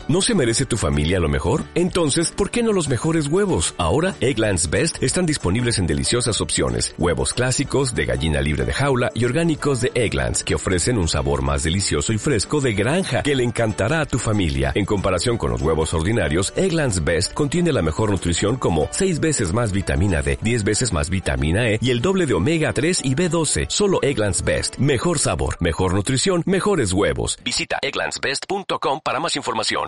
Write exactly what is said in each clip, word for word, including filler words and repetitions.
¿No se merece tu familia lo mejor? Entonces, ¿por qué no los mejores huevos? Ahora, Eggland's Best están disponibles en deliciosas opciones. Huevos clásicos, de gallina libre de jaula y orgánicos de Eggland's, que ofrecen un sabor más delicioso y fresco de granja que le encantará a tu familia. En comparación con los huevos ordinarios, Eggland's Best contiene la mejor nutrición como seis veces más vitamina D, diez veces más vitamina E y el doble de omega tres y B doce. Solo Eggland's Best. Mejor sabor, mejor nutrición, mejores huevos. Visita egglands best punto com para más información.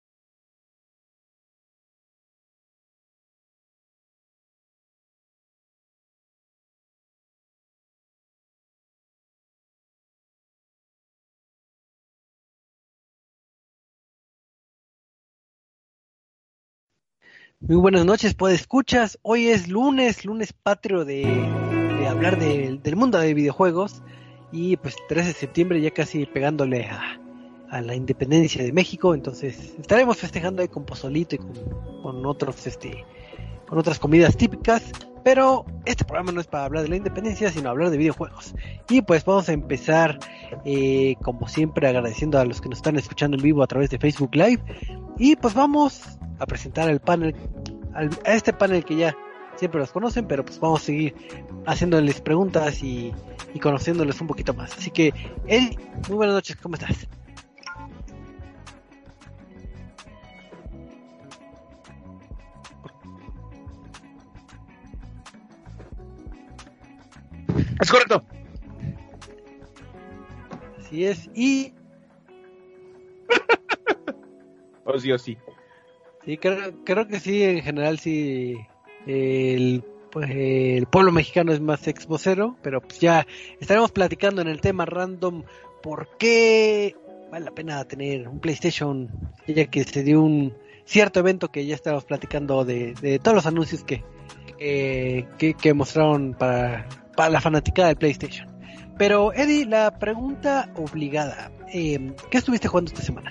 Muy buenas noches, pues escuchas. Hoy es lunes, lunes patrio de, de hablar de, del mundo de videojuegos. Y pues trece de septiembre ya casi pegándole a, a la independencia de México. Entonces estaremos festejando ahí con pozolito y con, con otros este con otras comidas típicas. Pero este programa no es para hablar de la independencia, sino hablar de videojuegos. Y pues vamos a empezar, eh, como siempre, agradeciendo a los que nos están escuchando en vivo a través de Facebook Live. Y pues vamos a presentar al panel, al, a este panel que ya siempre los conocen, pero pues vamos a seguir haciéndoles preguntas y, y conociéndoles un poquito más. Así que, Eddie, muy buenas noches, ¿cómo estás? Es correcto. Así es, y... O sí, o sí. Sí, creo, creo que sí, en general sí, el, pues, el pueblo mexicano es más ex vocero, pero pues ya estaremos platicando en el tema random por qué vale la pena tener un PlayStation, ya que se dio un cierto evento que ya estábamos platicando de, de todos los anuncios que, eh, que, que mostraron para, para la fanaticada del PlayStation. Pero Eddie, la pregunta obligada, eh, ¿qué estuviste jugando esta semana?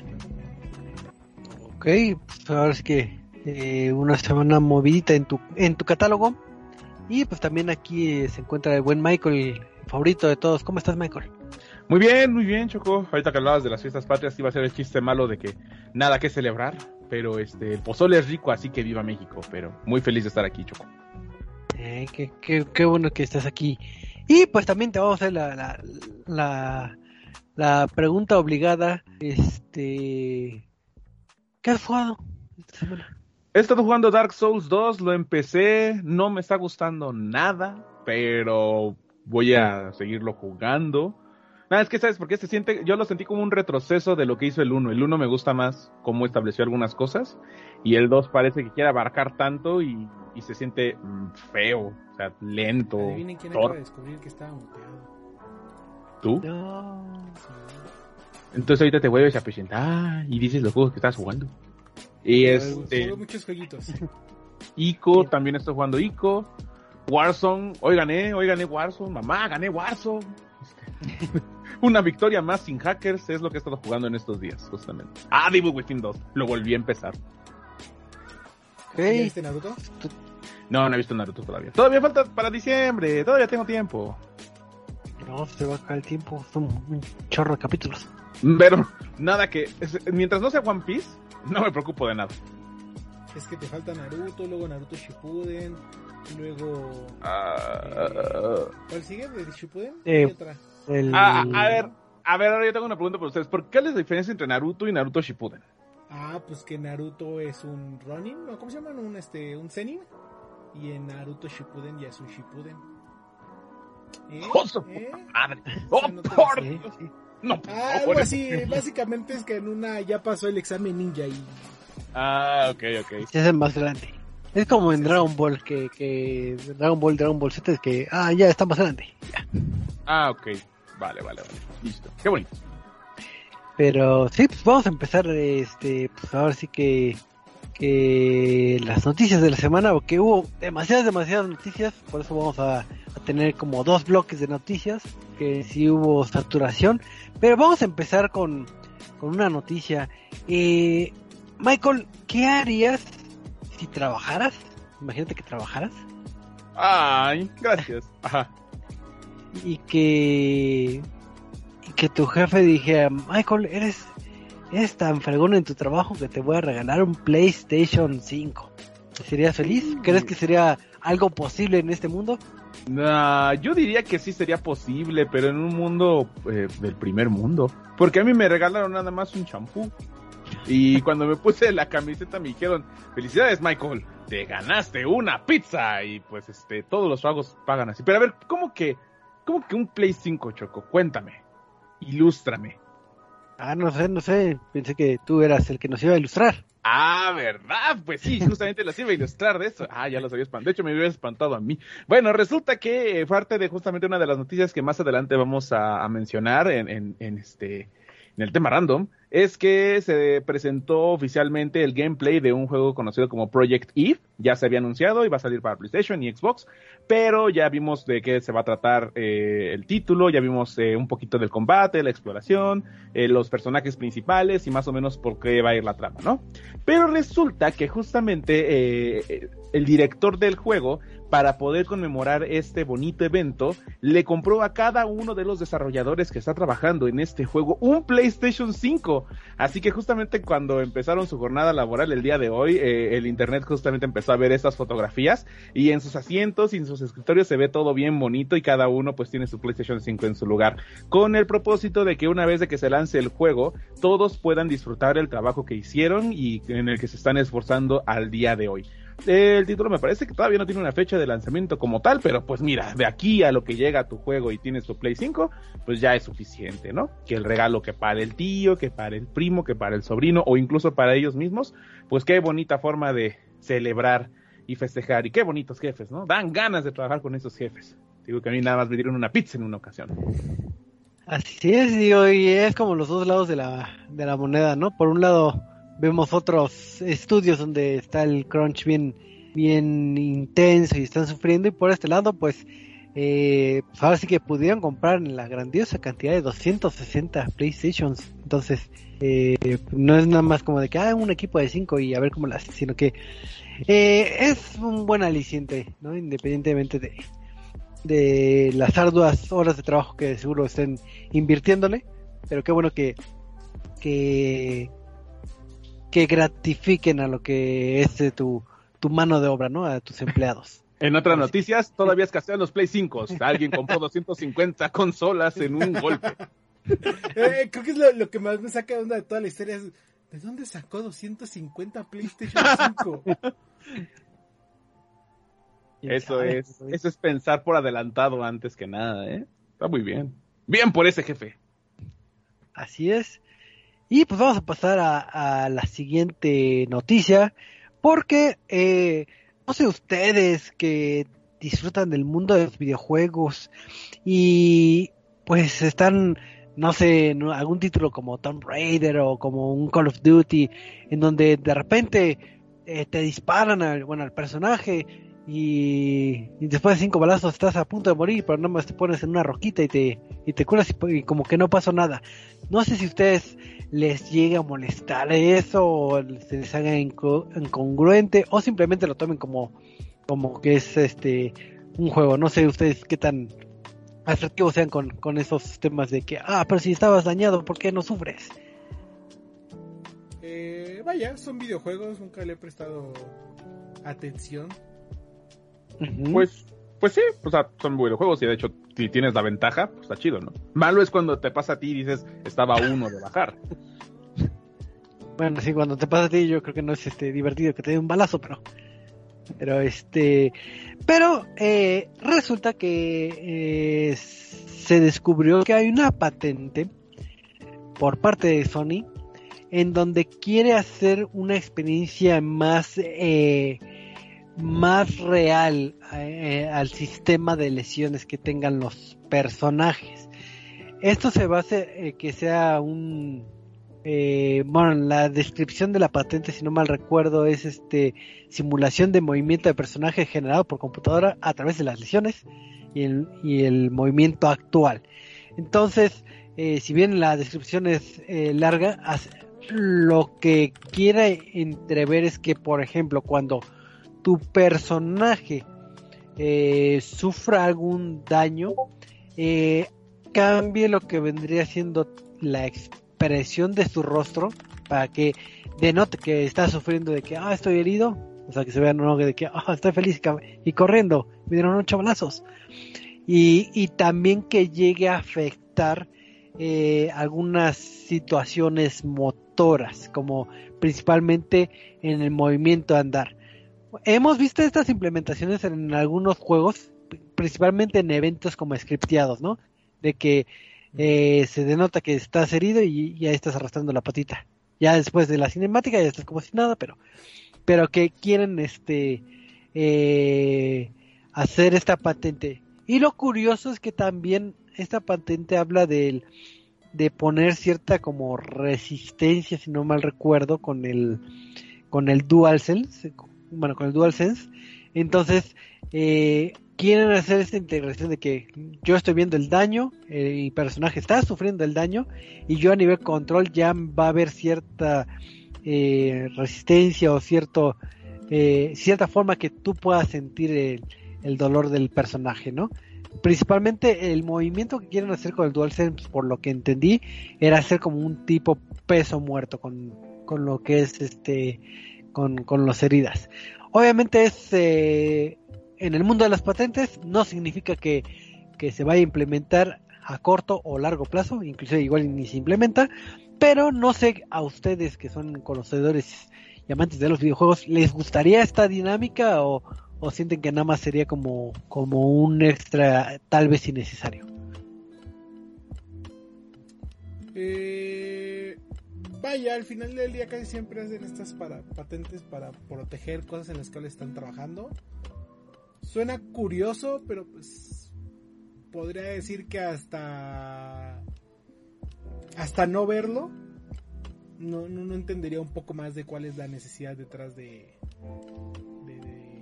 Ok, pues ahora es que eh, una semana movidita en tu en tu catálogo. Y pues también aquí eh, se encuentra el buen Michael, el favorito de todos. ¿Cómo estás, Michael? Muy bien, muy bien, Choco. Ahorita que hablabas de las fiestas patrias, iba a ser el chiste malo de que nada que celebrar, pero este el pozole es rico, así que viva México. Pero muy feliz de estar aquí, Choco. Eh, qué, qué, qué bueno que estás aquí. Y pues también te vamos a hacer la, la, la, la pregunta obligada. Este... ¿Qué has jugado esta semana? He estado jugando Dark Souls dos, lo empecé, no me está gustando nada, pero voy a seguirlo jugando. Nada, es que sabes por qué se siente, yo lo sentí como un retroceso de lo que hizo el uno. El uno me gusta más cómo estableció algunas cosas, y el dos parece que quiere abarcar tanto y, y se siente mm, feo, o sea, lento. Adivinen quién acaba de descubrir que estaba muteado. ¿Tú? No. Entonces ahorita te vuelves a presentar y dices los juegos que estás jugando. Y este... Juego muchos jueguitos. Ico, también estoy jugando Ico. Warzone, hoy gané, hoy gané Warzone. Mamá, gané Warzone. Una victoria más sin hackers es lo que he estado jugando en estos días, justamente. Ah, Devil Within dos, lo volví a empezar. Okay. ¿Ya viste Naruto? No, no he visto Naruto todavía. Todavía falta para diciembre, todavía tengo tiempo. No, se va a acabar el tiempo, son un chorro de capítulos. Pero nada que, mientras no sea One Piece, no me preocupo de nada. Es que te falta Naruto, luego Naruto Shippuden, luego... Uh, eh, ¿Cuál sigue de Shippuden? Eh, ¿Qué otra? El... A, a ver, a ver, ahora yo tengo una pregunta para ustedes. ¿Por qué es la diferencia entre Naruto y Naruto Shippuden? Ah, pues que Naruto es un Ronin, ¿no? ¿Cómo se llama? Un, este, un Zenin. Y en Naruto Shippuden ya es un Shippuden. ¿Eh? ¡Oh, su ¿Eh? madre! O ¡Oh, sea, no te por lo sé. Dios! No, Ah, algo así, básicamente es que en una ya pasó el examen ninja y... Ah, ok, ok. Se hace más grande. Es como en Dragon Ball, que, que Dragon Ball, Dragon Ball Z es que, ah, ya está más grande. Ya. Ah, ok. Vale, vale, vale. Listo. Qué bonito. Pero sí, pues vamos a empezar, este, pues ahora sí que, que las noticias de la semana, porque hubo demasiadas, demasiadas noticias, por eso vamos a, a tener como dos bloques de noticias, que sí hubo saturación, pero vamos a empezar con, con una noticia. Eh, Michael, ¿qué harías si trabajaras? Imagínate que trabajaras. Ay, gracias. Ajá. Y que... y que tu jefe dijera, Michael, eres eres tan fregón en tu trabajo que te voy a regalar un PlayStation cinco. ¿Serías feliz? ¿Crees que sería algo posible en este mundo? Nah, yo diría que sí sería posible, pero en un mundo eh, del primer mundo. Porque a mí me regalaron nada más un champú. Y cuando me puse la camiseta me dijeron, felicidades Michael, te ganaste una pizza. Y pues este, todos los pagos pagan así. Pero a ver, ¿cómo que, cómo que un Play cinco, Choco? Cuéntame, ilústrame. Ah, no sé, no sé, pensé que tú eras el que nos iba a ilustrar. Ah, ¿verdad? Pues sí, justamente los iba a ilustrar de eso. Ah, ya los había espantado. De hecho, me hubiera espantado a mí. Bueno, resulta que eh, parte de justamente una de las noticias que más adelante vamos a, a mencionar en, en, en este... en el tema random, es que se presentó oficialmente el gameplay de un juego conocido como Project Eve. Ya se había anunciado y va a salir para PlayStation y Xbox, pero ya vimos de qué se va a tratar eh, el título, ya vimos eh, un poquito del combate, la exploración, eh, los personajes principales y más o menos por qué va a ir la trama, ¿no? Pero resulta que justamente eh, el director del juego, para poder conmemorar este bonito evento, le compró a cada uno de los desarrolladores que está trabajando en este juego un PlayStation cinco. Así que justamente cuando empezaron su jornada laboral el día de hoy, eh, el internet justamente empezó a ver estas fotografías y en sus asientos y en sus escritorios se ve todo bien bonito y cada uno pues tiene su PlayStation cinco en su lugar, con el propósito de que una vez de que se lance el juego, todos puedan disfrutar el trabajo que hicieron y en el que se están esforzando al día de hoy. El título me parece que todavía no tiene una fecha de lanzamiento como tal, pero pues mira, de aquí a lo que llega a tu juego y tienes tu Play cinco, pues ya es suficiente, ¿no? Que el regalo que para el tío, que para el primo, que para el sobrino o incluso para ellos mismos, pues qué bonita forma de celebrar y festejar, y qué bonitos jefes, ¿no? Dan ganas de trabajar con esos jefes. Digo que a mí nada más me dieron una pizza en una ocasión. Así es, digo, y es como los dos lados de la, de la moneda, ¿no? Por un lado vemos otros estudios donde está el crunch bien, bien intenso y están sufriendo, y por este lado pues, eh, pues ahora sí que pudieron comprar la grandiosa cantidad de doscientos sesenta PlayStations. Entonces eh, no es nada más como de que ah, un equipo de cinco y a ver cómo lo hace, sino que eh, es un buen aliciente, ¿no? Independientemente de, de las arduas horas de trabajo que seguro estén invirtiéndole, pero qué bueno que que que gratifiquen a lo que es de tu, tu mano de obra, ¿no? A tus empleados. En otras noticias, todavía escasean los Play cinco. Alguien compró doscientas cincuenta consolas en un golpe. Eh, creo que es lo, lo que más me saca de onda de toda la historia. Es, ¿de dónde sacó doscientas cincuenta PlayStation cinco? Eso es, eso es pensar por adelantado antes que nada, ¿eh? Está muy bien. Bien por ese jefe. Así es. Y pues vamos a pasar a, a la siguiente noticia, porque eh, no sé ustedes que disfrutan del mundo de los videojuegos y pues están, no sé, en algún título como Tomb Raider o como un Call of Duty, en donde de repente eh, te disparan al, bueno, al personaje y, y después de cinco balazos estás a punto de morir, pero nada más te pones en una roquita y te, y te curas y, y como que no pasó nada. No sé si ustedes les llega a molestar eso o se les haga inco- incongruente o simplemente lo tomen como como que es este un juego. No sé ustedes qué tan atractivos sean con, con esos temas de que ah, pero si estabas dañado, ¿por qué no sufres? Eh, vaya, son videojuegos, nunca le he prestado atención. Uh-huh. Pues Pues sí, o sea, son videojuegos y de hecho, si tienes la ventaja, pues está chido, ¿no? Malo es cuando te pasa a ti y dices, estaba uno de bajar. Bueno, sí, cuando te pasa a ti yo creo que no es este divertido que te dé un balazo, pero... Pero este... Pero eh, resulta que eh, se descubrió que hay una patente por parte de Sony en donde quiere hacer una experiencia más... Eh, más real eh, al sistema de lesiones que tengan los personajes. Esto se basa eh, que sea un eh, bueno, la descripción de la patente, si no mal recuerdo, es este simulación de movimiento de personaje generado por computadora a través de las lesiones y el, y el movimiento actual. Entonces, eh, si bien la descripción es eh, larga, lo que quiere entrever es que, por ejemplo, cuando tu personaje eh, sufra algún daño, eh, cambie lo que vendría siendo la experiencia expresión de su rostro para que denote que está sufriendo de que, ah, estoy herido, o sea, que se vea no de que, ah, estoy feliz y corriendo, me dieron ocho balazos. Y, y también que llegue a afectar eh, algunas situaciones motoras, como principalmente en el movimiento de andar. Hemos visto estas implementaciones en algunos juegos, principalmente en eventos como scripteados, ¿no? De que eh, se denota que estás herido y ya estás arrastrando la patita. Ya después de la cinemática ya estás como si nada, pero pero que quieren este eh, hacer esta patente. Y lo curioso es que también esta patente habla de, de poner cierta como resistencia, si no mal recuerdo, con el con el DualSense, bueno, con el DualSense. Entonces, eh, quieren hacer esta integración de que yo estoy viendo el daño, eh, mi personaje está sufriendo el daño, y yo a nivel control ya va a haber cierta eh, resistencia o cierto eh, cierta forma que tú puedas sentir el, el dolor del personaje, ¿no? Principalmente el movimiento que quieren hacer con el DualSense, por lo que entendí, era hacer como un tipo peso muerto con, con lo que es este con, con las heridas. Obviamente es eh, en el mundo de las patentes, no significa que, que se vaya a implementar a corto o largo plazo, incluso igual ni se implementa, pero no sé a ustedes que son conocedores y amantes de los videojuegos, ¿les gustaría esta dinámica o, o sienten que nada más sería como, como un extra tal vez innecesario? Eh, vaya, al final del día casi siempre hacen estas para, patentes para proteger cosas en las cuales están trabajando. Suena curioso, pero pues podría decir que hasta hasta no verlo no, no, no entendería un poco más de cuál es la necesidad detrás de, de,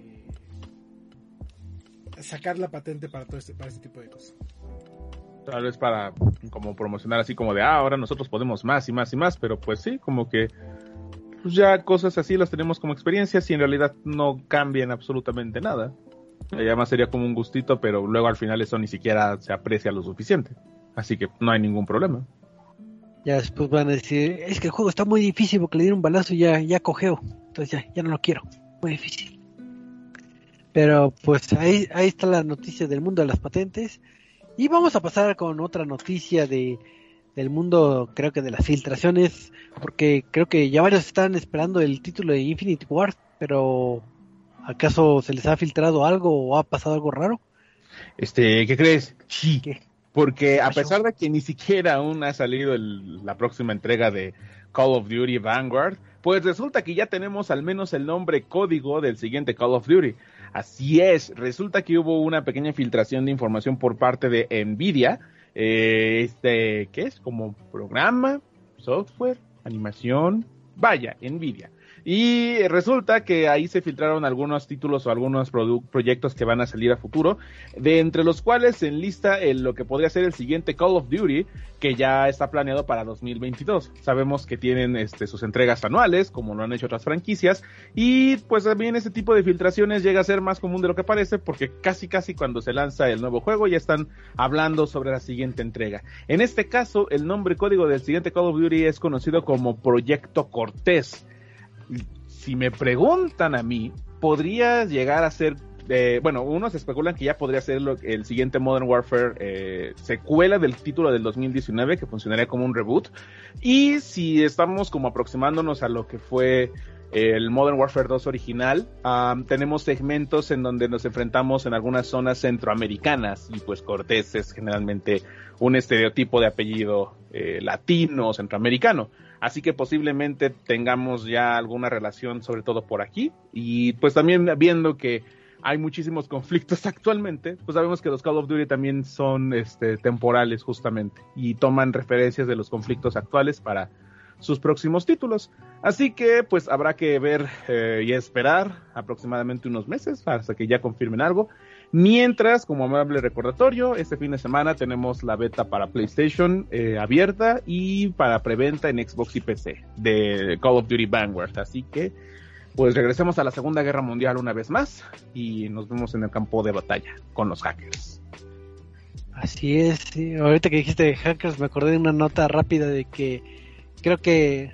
de sacar la patente para todo este, para este tipo de cosas. Tal vez para como promocionar así como de, ah, ahora nosotros podemos más y más y más, pero pues sí, como que pues ya cosas así las tenemos como experiencias y en realidad no cambian absolutamente nada. Además sería como un gustito, pero luego al final eso ni siquiera se aprecia lo suficiente. Así que no hay ningún problema. Ya después van a decir, es que el juego está muy difícil porque le dieron un balazo y ya, ya cojeo. Entonces ya, ya no lo quiero. Muy difícil. Pero pues ahí, ahí está la noticia del mundo de las patentes. Y vamos a pasar con otra noticia de del mundo, creo que de las filtraciones, porque creo que ya varios están esperando el título de Infinite Ward, pero ¿acaso se les ha filtrado algo o ha pasado algo raro? Este, ¿qué crees? Sí, ¿Qué? Porque a pesar de que ni siquiera aún ha salido el, la próxima entrega de Call of Duty Vanguard, pues resulta que ya tenemos al menos el nombre código del siguiente Call of Duty. Así es, resulta que hubo una pequeña filtración de información por parte de Nvidia, eh, este, ¿qué es? Como programa, software, animación, vaya, Nvidia. Y resulta que ahí se filtraron algunos títulos o algunos produ- proyectos que van a salir a futuro, de entre los cuales se enlista el, lo que podría ser el siguiente Call of Duty, que ya está planeado para dos mil veintidós. Sabemos que tienen este, sus entregas anuales, como lo han hecho otras franquicias, y pues también este tipo de filtraciones llega a ser más común de lo que parece, porque casi casi cuando se lanza el nuevo juego ya están hablando sobre la siguiente entrega. En este caso, el nombre código del siguiente Call of Duty es conocido como Proyecto Cortés. Si me preguntan a mí, podría llegar a ser, eh, bueno, unos especulan que ya podría ser lo, el siguiente Modern Warfare, eh, secuela del título del dos mil diecinueve, que funcionaría como un reboot. Y si estamos como aproximándonos a lo que fue el Modern Warfare dos original, um, tenemos segmentos en donde nos enfrentamos en algunas zonas centroamericanas, y pues Cortés es generalmente un estereotipo de apellido eh, latino o centroamericano. Así que posiblemente tengamos ya alguna relación, sobre todo por aquí. Y pues también viendo que hay muchísimos conflictos actualmente, pues sabemos que los Call of Duty también son este, temporales justamente. Y toman referencias de los conflictos actuales para sus próximos títulos. Así que pues habrá que ver eh, y esperar aproximadamente unos meses hasta que ya confirmen algo. Mientras, como amable recordatorio, este fin de semana tenemos la beta para PlayStation eh, abierta y para preventa en Xbox y P C de Call of Duty Vanguard. Así que, pues regresemos a la Segunda Guerra Mundial una vez más y nos vemos en el campo de batalla con los hackers. Así es, sí. Ahorita que dijiste de hackers me acordé de una nota rápida de que creo que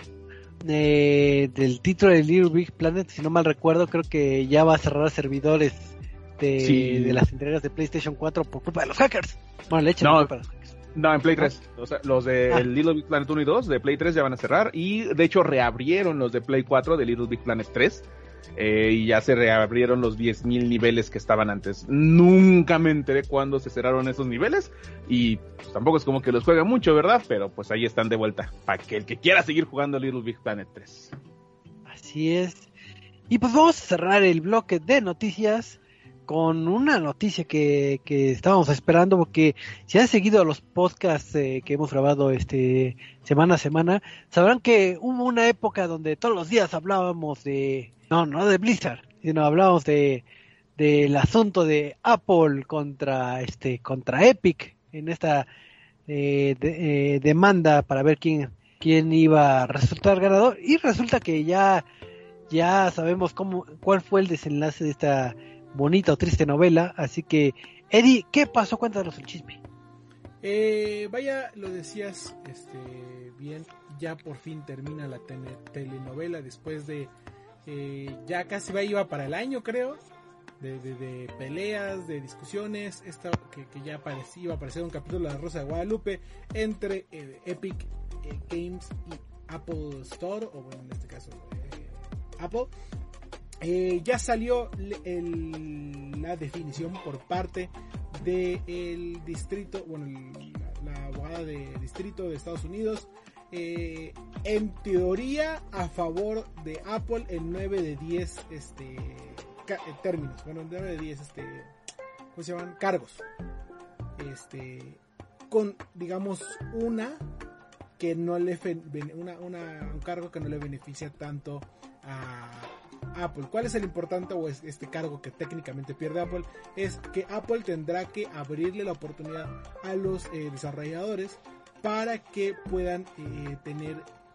eh, del título de Little Big Planet, si no mal recuerdo, creo que ya va a cerrar servidores de, sí. de las entregas de PlayStation cuatro por culpa de los hackers. Bueno, le echan no, culpa a los hackers. No, en Play tres. O sea, los de ah. Little Big Planet uno y dos de Play tres ya van a cerrar. Y de hecho reabrieron los de Play cuatro de Little Big Planet tres. Eh, y ya se reabrieron los diez mil niveles que estaban antes. Nunca me enteré cuándo se cerraron esos niveles. Y pues, tampoco es como que los juega mucho, ¿verdad? Pero pues ahí están de vuelta. Para que el que quiera seguir jugando Little Big Planet tres. Así es. Y pues vamos a cerrar el bloque de noticias con una noticia que, que estábamos esperando, porque si han seguido los podcasts eh, que hemos grabado este semana a semana, sabrán que hubo una época donde todos los días hablábamos de, no, no de Blizzard, sino hablábamos de del asunto de Apple contra este contra Epic en esta eh, de, eh, demanda para ver quién quién iba a resultar ganador, y resulta que ya ya sabemos cómo cuál fue el desenlace de esta bonita o triste novela. Así que, Eddie, ¿qué pasó? Cuéntanos el chisme. Eh, vaya, lo decías este, bien, ya por fin termina la ten- telenovela después de, eh, ya casi va, iba para el año, creo, de, de, de peleas, de discusiones, esta, que, que ya parecía, iba a aparecer un capítulo de La Rosa de Guadalupe entre eh, Epic eh, Games y Apple Store, o bueno, en este caso, eh, Apple. Eh, ya salió el, la definición por parte del distrito, bueno, el, la, la abogada de distrito de Estados Unidos, eh, en teoría a favor de Apple en nueve de diez este, ca- términos, bueno, en nueve de diez este, ¿cómo se llaman? Cargos, este, con, digamos, una que no le, una, una, un cargo que no le beneficia tanto a Apple. ¿Cuál es el importante o es este cargo que técnicamente pierde Apple? Es que Apple tendrá que abrirle la oportunidad a los eh, desarrolladores para que puedan eh, tener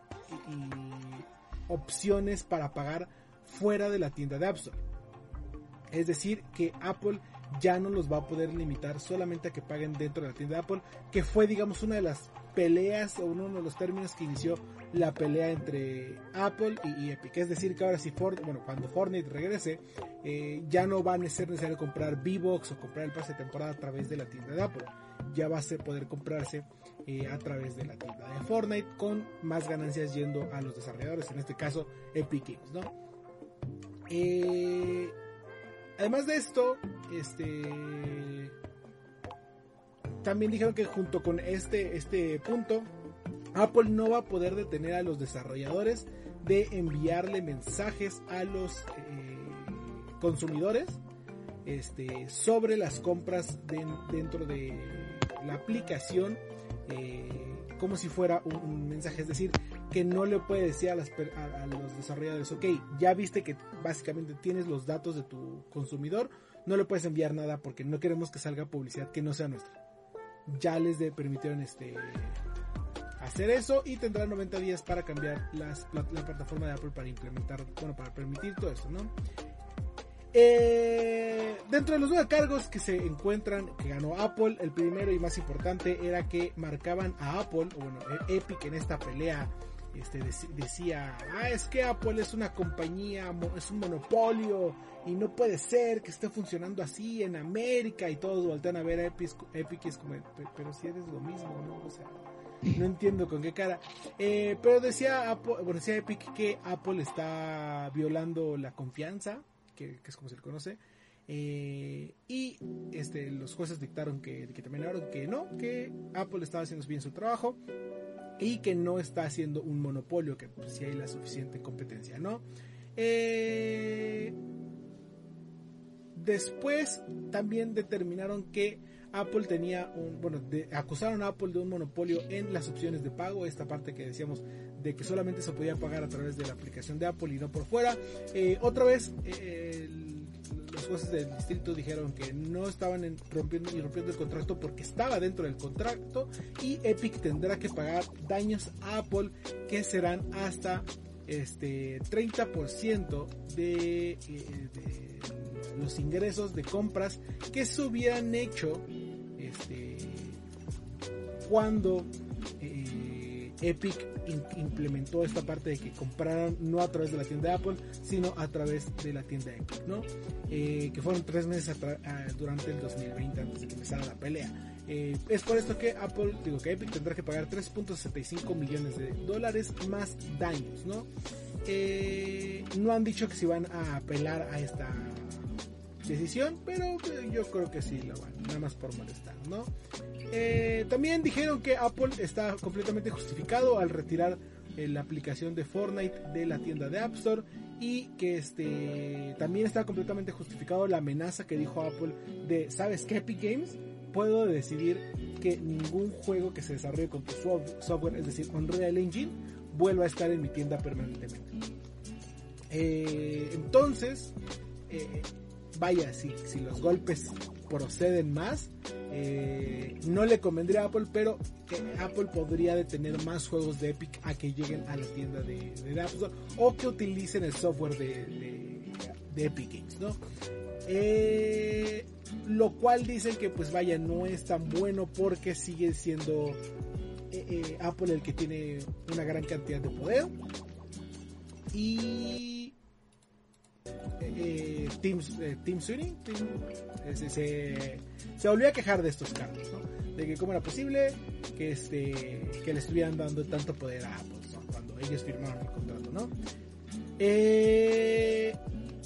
eh, opciones para pagar fuera de la tienda de App Store. Es decir, que Apple ya no los va a poder limitar solamente a que paguen dentro de la tienda de Apple, que fue, digamos, una de las peleas o uno de los términos que inició la pelea entre Apple y, y Epic. Es decir, que ahora si Ford, bueno, cuando Fortnite regrese, eh, ya no va a ser necesario comprar V-Box o comprar el pase de temporada a través de la tienda de Apple. Ya va a ser poder comprarse eh, a través de la tienda de Fortnite, con más ganancias yendo a los desarrolladores, en este caso Epic Games, ¿no? Eh, además de esto, este... también dijeron que junto con este, este punto, Apple no va a poder detener a los desarrolladores de enviarle mensajes a los eh, consumidores este, sobre las compras de, dentro de la aplicación, eh, como si fuera un, un mensaje. Es decir, que no le puede decir a, las, a, a los desarrolladores, ok, ya viste que básicamente tienes los datos de tu consumidor, no le puedes enviar nada porque no queremos que salga publicidad que no sea nuestra. Ya les de, permitieron este hacer eso y tendrán noventa días para cambiar las, la, la plataforma de Apple para implementar, bueno, para permitir todo eso, ¿no? Eh, dentro de los nueve cargos que se encuentran que ganó Apple, el primero y más importante era que marcaban a Apple, o bueno, Epic en esta pelea este, decía, ah, es que Apple es una compañía, es un monopolio y no puede ser que esté funcionando así en América, y todos voltean a ver a Epic, Epic y es como, pero si eres lo mismo, ¿no? O sea, no entiendo con qué cara. Eh, pero decía Apple, bueno, decía Epic que Apple está violando la confianza, que, que es como se le conoce, eh, y este, los jueces dictaron que, que también ahora que no, que Apple estaba haciendo bien su trabajo y que no está haciendo un monopolio, que pues, sí hay la suficiente competencia, ¿no? Eh, después también determinaron que Apple tenía un, bueno, de, acusaron a Apple de un monopolio en las opciones de pago, esta parte que decíamos de que solamente se podía pagar a través de la aplicación de Apple y no por fuera. Eh, otra vez, eh, el, los jueces del distrito dijeron que no estaban en, rompiendo y rompiendo el contrato porque estaba dentro del contrato, y Epic tendrá que pagar daños a Apple que serán hasta este treinta por ciento de, eh, de los ingresos de compras que se hubieran hecho este, cuando eh, Epic in- implementó esta parte de que compraran no a través de la tienda de Apple, sino a través de la tienda de Epic, ¿no? Eh, que fueron tres meses atra- a, durante el dos mil veinte antes de que empezara la pelea. Eh, es por esto que Apple, digo que Epic tendrá que pagar tres punto sesenta y cinco millones de dólares más daños, ¿no? Eh, no han dicho que si van a apelar a esta decisión, pero eh, yo creo que sí lo van, nada más por molestar, ¿no? Eh, también dijeron que Apple está completamente justificado al retirar eh, la aplicación de Fortnite de la tienda de App Store, y que este también está completamente justificado la amenaza que dijo Apple de, ¿sabes qué, Epic Games? Puedo decidir que ningún juego que se desarrolle con tu software, es decir, Unreal Engine, vuelva a estar en mi tienda permanentemente. Eh, entonces, eh, vaya, si, si los golpes proceden más, eh, no le convendría a Apple, pero eh, Apple podría detener más juegos de Epic a que lleguen a la tienda de, de App Store, o que utilicen el software de, de, de Epic Games, ¿no? Eh, lo cual dicen que pues vaya, no es tan bueno porque sigue siendo eh, eh, Apple el que tiene una gran cantidad de poder, y eh, Team, eh, Team Sweeney Team, eh, se, se, se volvió a quejar de estos cambios, ¿no? De que cómo era posible que este que le estuvieran dando tanto poder a Apple, ¿no? Cuando ellos firmaron el contrato, ¿no? Eh,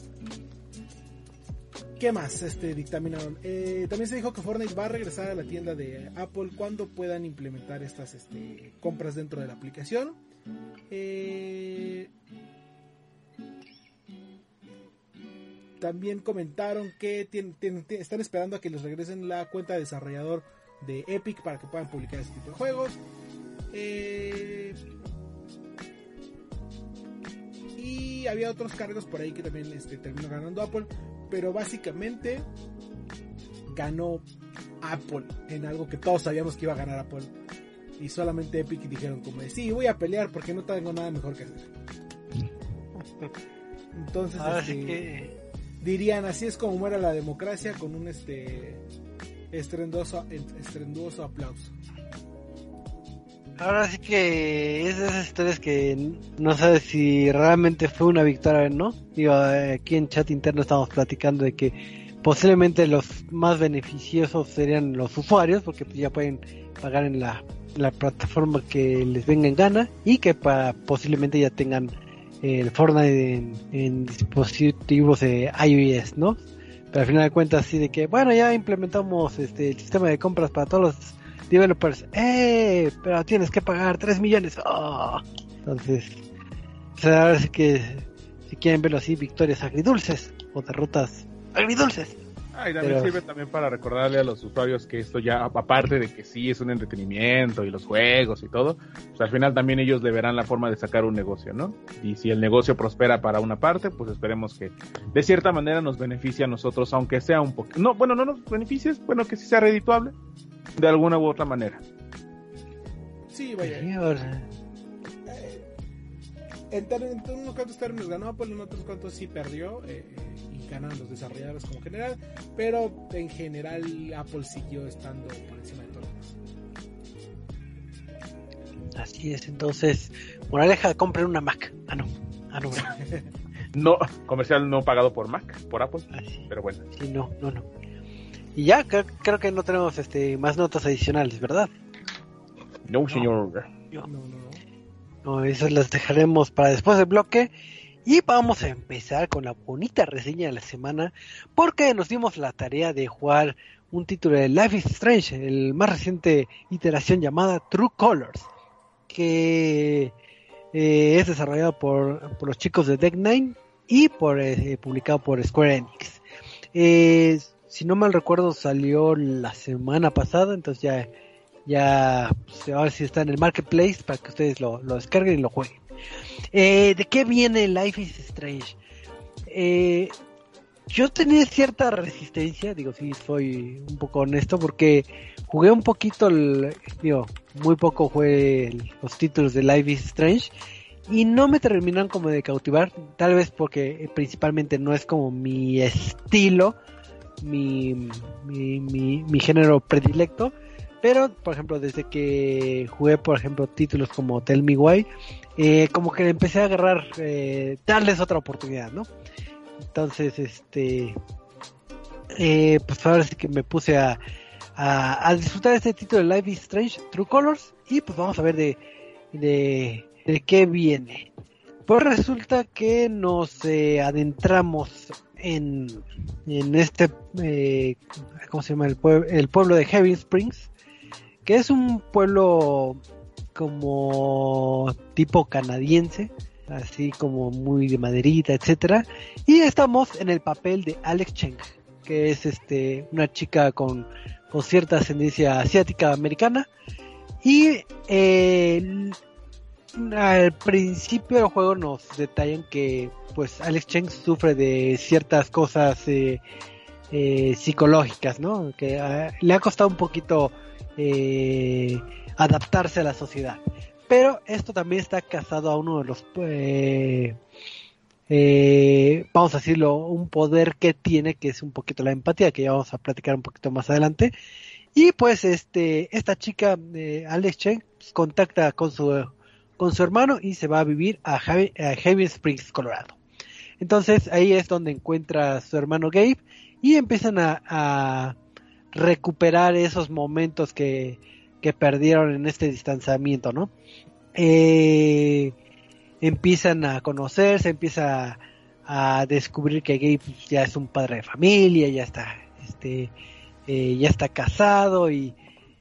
¿Qué más este, dictaminaron? Eh, también se dijo que Fortnite va a regresar a la tienda de Apple cuando puedan implementar estas este, compras dentro de la aplicación. Eh, también comentaron que tienen, tienen, están esperando a que les regresen la cuenta de desarrollador de Epic para que puedan publicar este tipo de juegos. Eh, y había otros cargos por ahí que también este, terminó ganando Apple, pero básicamente ganó Apple en algo que todos sabíamos que iba a ganar Apple, y solamente Epic dijeron como de, sí, voy a pelear porque no tengo nada mejor que hacer. Entonces este, que... dirían, así es como muere la democracia, con un este estrendoso, estrenduoso aplauso. Ahora sí que es de esas historias que no sabes si realmente fue una victoria, ¿no? Digo, aquí en chat interno estamos platicando de que posiblemente los más beneficiosos serían los usuarios, porque pues ya pueden pagar en la, la plataforma que les venga en gana, y que para, posiblemente ya tengan el Fortnite en, en dispositivos de iOS, ¿no? Pero al final de cuentas, así de que, bueno, ya implementamos este el sistema de compras para todos los developers, ¡eh! Pero tienes que pagar tres millones. ¡Oh! Entonces, o sea, ahora sí que, si quieren verlo así, victorias agridulces o derrotas agridulces. Ah, y también Pero... sirve también para recordarle a los usuarios que esto ya, aparte de que sí es un entretenimiento y los juegos y todo, pues al final también ellos le verán la forma de sacar un negocio, ¿no? Y si el negocio prospera para una parte, pues esperemos que de cierta manera nos beneficie a nosotros, aunque sea un poco... No, bueno, no nos beneficie, bueno, que sí sea redituable de alguna u otra manera. Sí, vaya. Eh, en, en unos cuantos términos ganó Apple, en otros cuantos sí perdió, eh, y ganan los desarrolladores como general, pero en general Apple siguió estando por encima de todo. Así es, entonces, moraleja, compren una Mac. Ah, no. Ah, no. No, comercial no pagado por Mac, por Apple, ah, sí. Pero bueno. Sí, no, no, no. Y ya, creo, creo que no tenemos este más notas adicionales, ¿verdad? No, señor. No, no, no. No, esas las dejaremos para después del bloque. Y vamos a empezar con la bonita reseña de la semana, porque nos dimos la tarea de jugar un título de Life is Strange, el más reciente iteración llamada True Colors, que eh, es desarrollado por, por los chicos de Deck Nine y por eh, publicado por Square Enix. Eh, si no mal recuerdo, salió la semana pasada, entonces ya, ya pues, ahora sí está en el marketplace para que ustedes lo, lo descarguen y lo jueguen. Eh, ¿De qué viene Life is Strange? Eh, yo tenía cierta resistencia, digo, sí, soy un poco honesto, porque jugué un poquito, el, digo, muy poco jugué el, los títulos de Life is Strange y no me terminaron como de cautivar, tal vez porque eh, principalmente no es como mi estilo, mi, mi, mi, mi género predilecto, Pero, por ejemplo, desde que jugué, por ejemplo, títulos como Tell Me Why, eh, como que empecé a agarrar, eh, darles otra oportunidad, ¿no? Entonces, este, eh, pues ahora sí que me puse a, a, a disfrutar este título de Life is Strange True Colors, y pues vamos a ver de, de, de qué viene. Pues resulta que nos eh, adentramos en, en este, eh, ¿cómo se llama? El, pue- el pueblo de Heaven Springs, que es un pueblo como tipo canadiense, así como muy de maderita, etcétera. Y estamos en el papel de Alex Cheng, que es este una chica con, con cierta ascendencia asiática americana. Y eh, al principio del juego nos detallan que pues Alex Cheng sufre de ciertas cosas eh, eh, psicológicas, ¿no? Que eh, le ha costado un poquito eh, adaptarse a la sociedad. Pero esto también está casado a uno de los, eh, eh, vamos a decirlo, un poder que tiene, que es un poquito la empatía, que ya vamos a platicar un poquito más adelante. Y pues este esta chica, eh, Alex Cheng, pues, contacta con su con su hermano y se va a vivir a, Javi, a Heaven Springs, Colorado. Entonces ahí es donde encuentra a su hermano Gabe y empiezan a, a recuperar esos momentos que, que perdieron en este distanciamiento, ¿no? Eh, empiezan a conocerse, empieza a, a descubrir que Gabe ya es un padre de familia, ya está, este, eh, ya está casado y,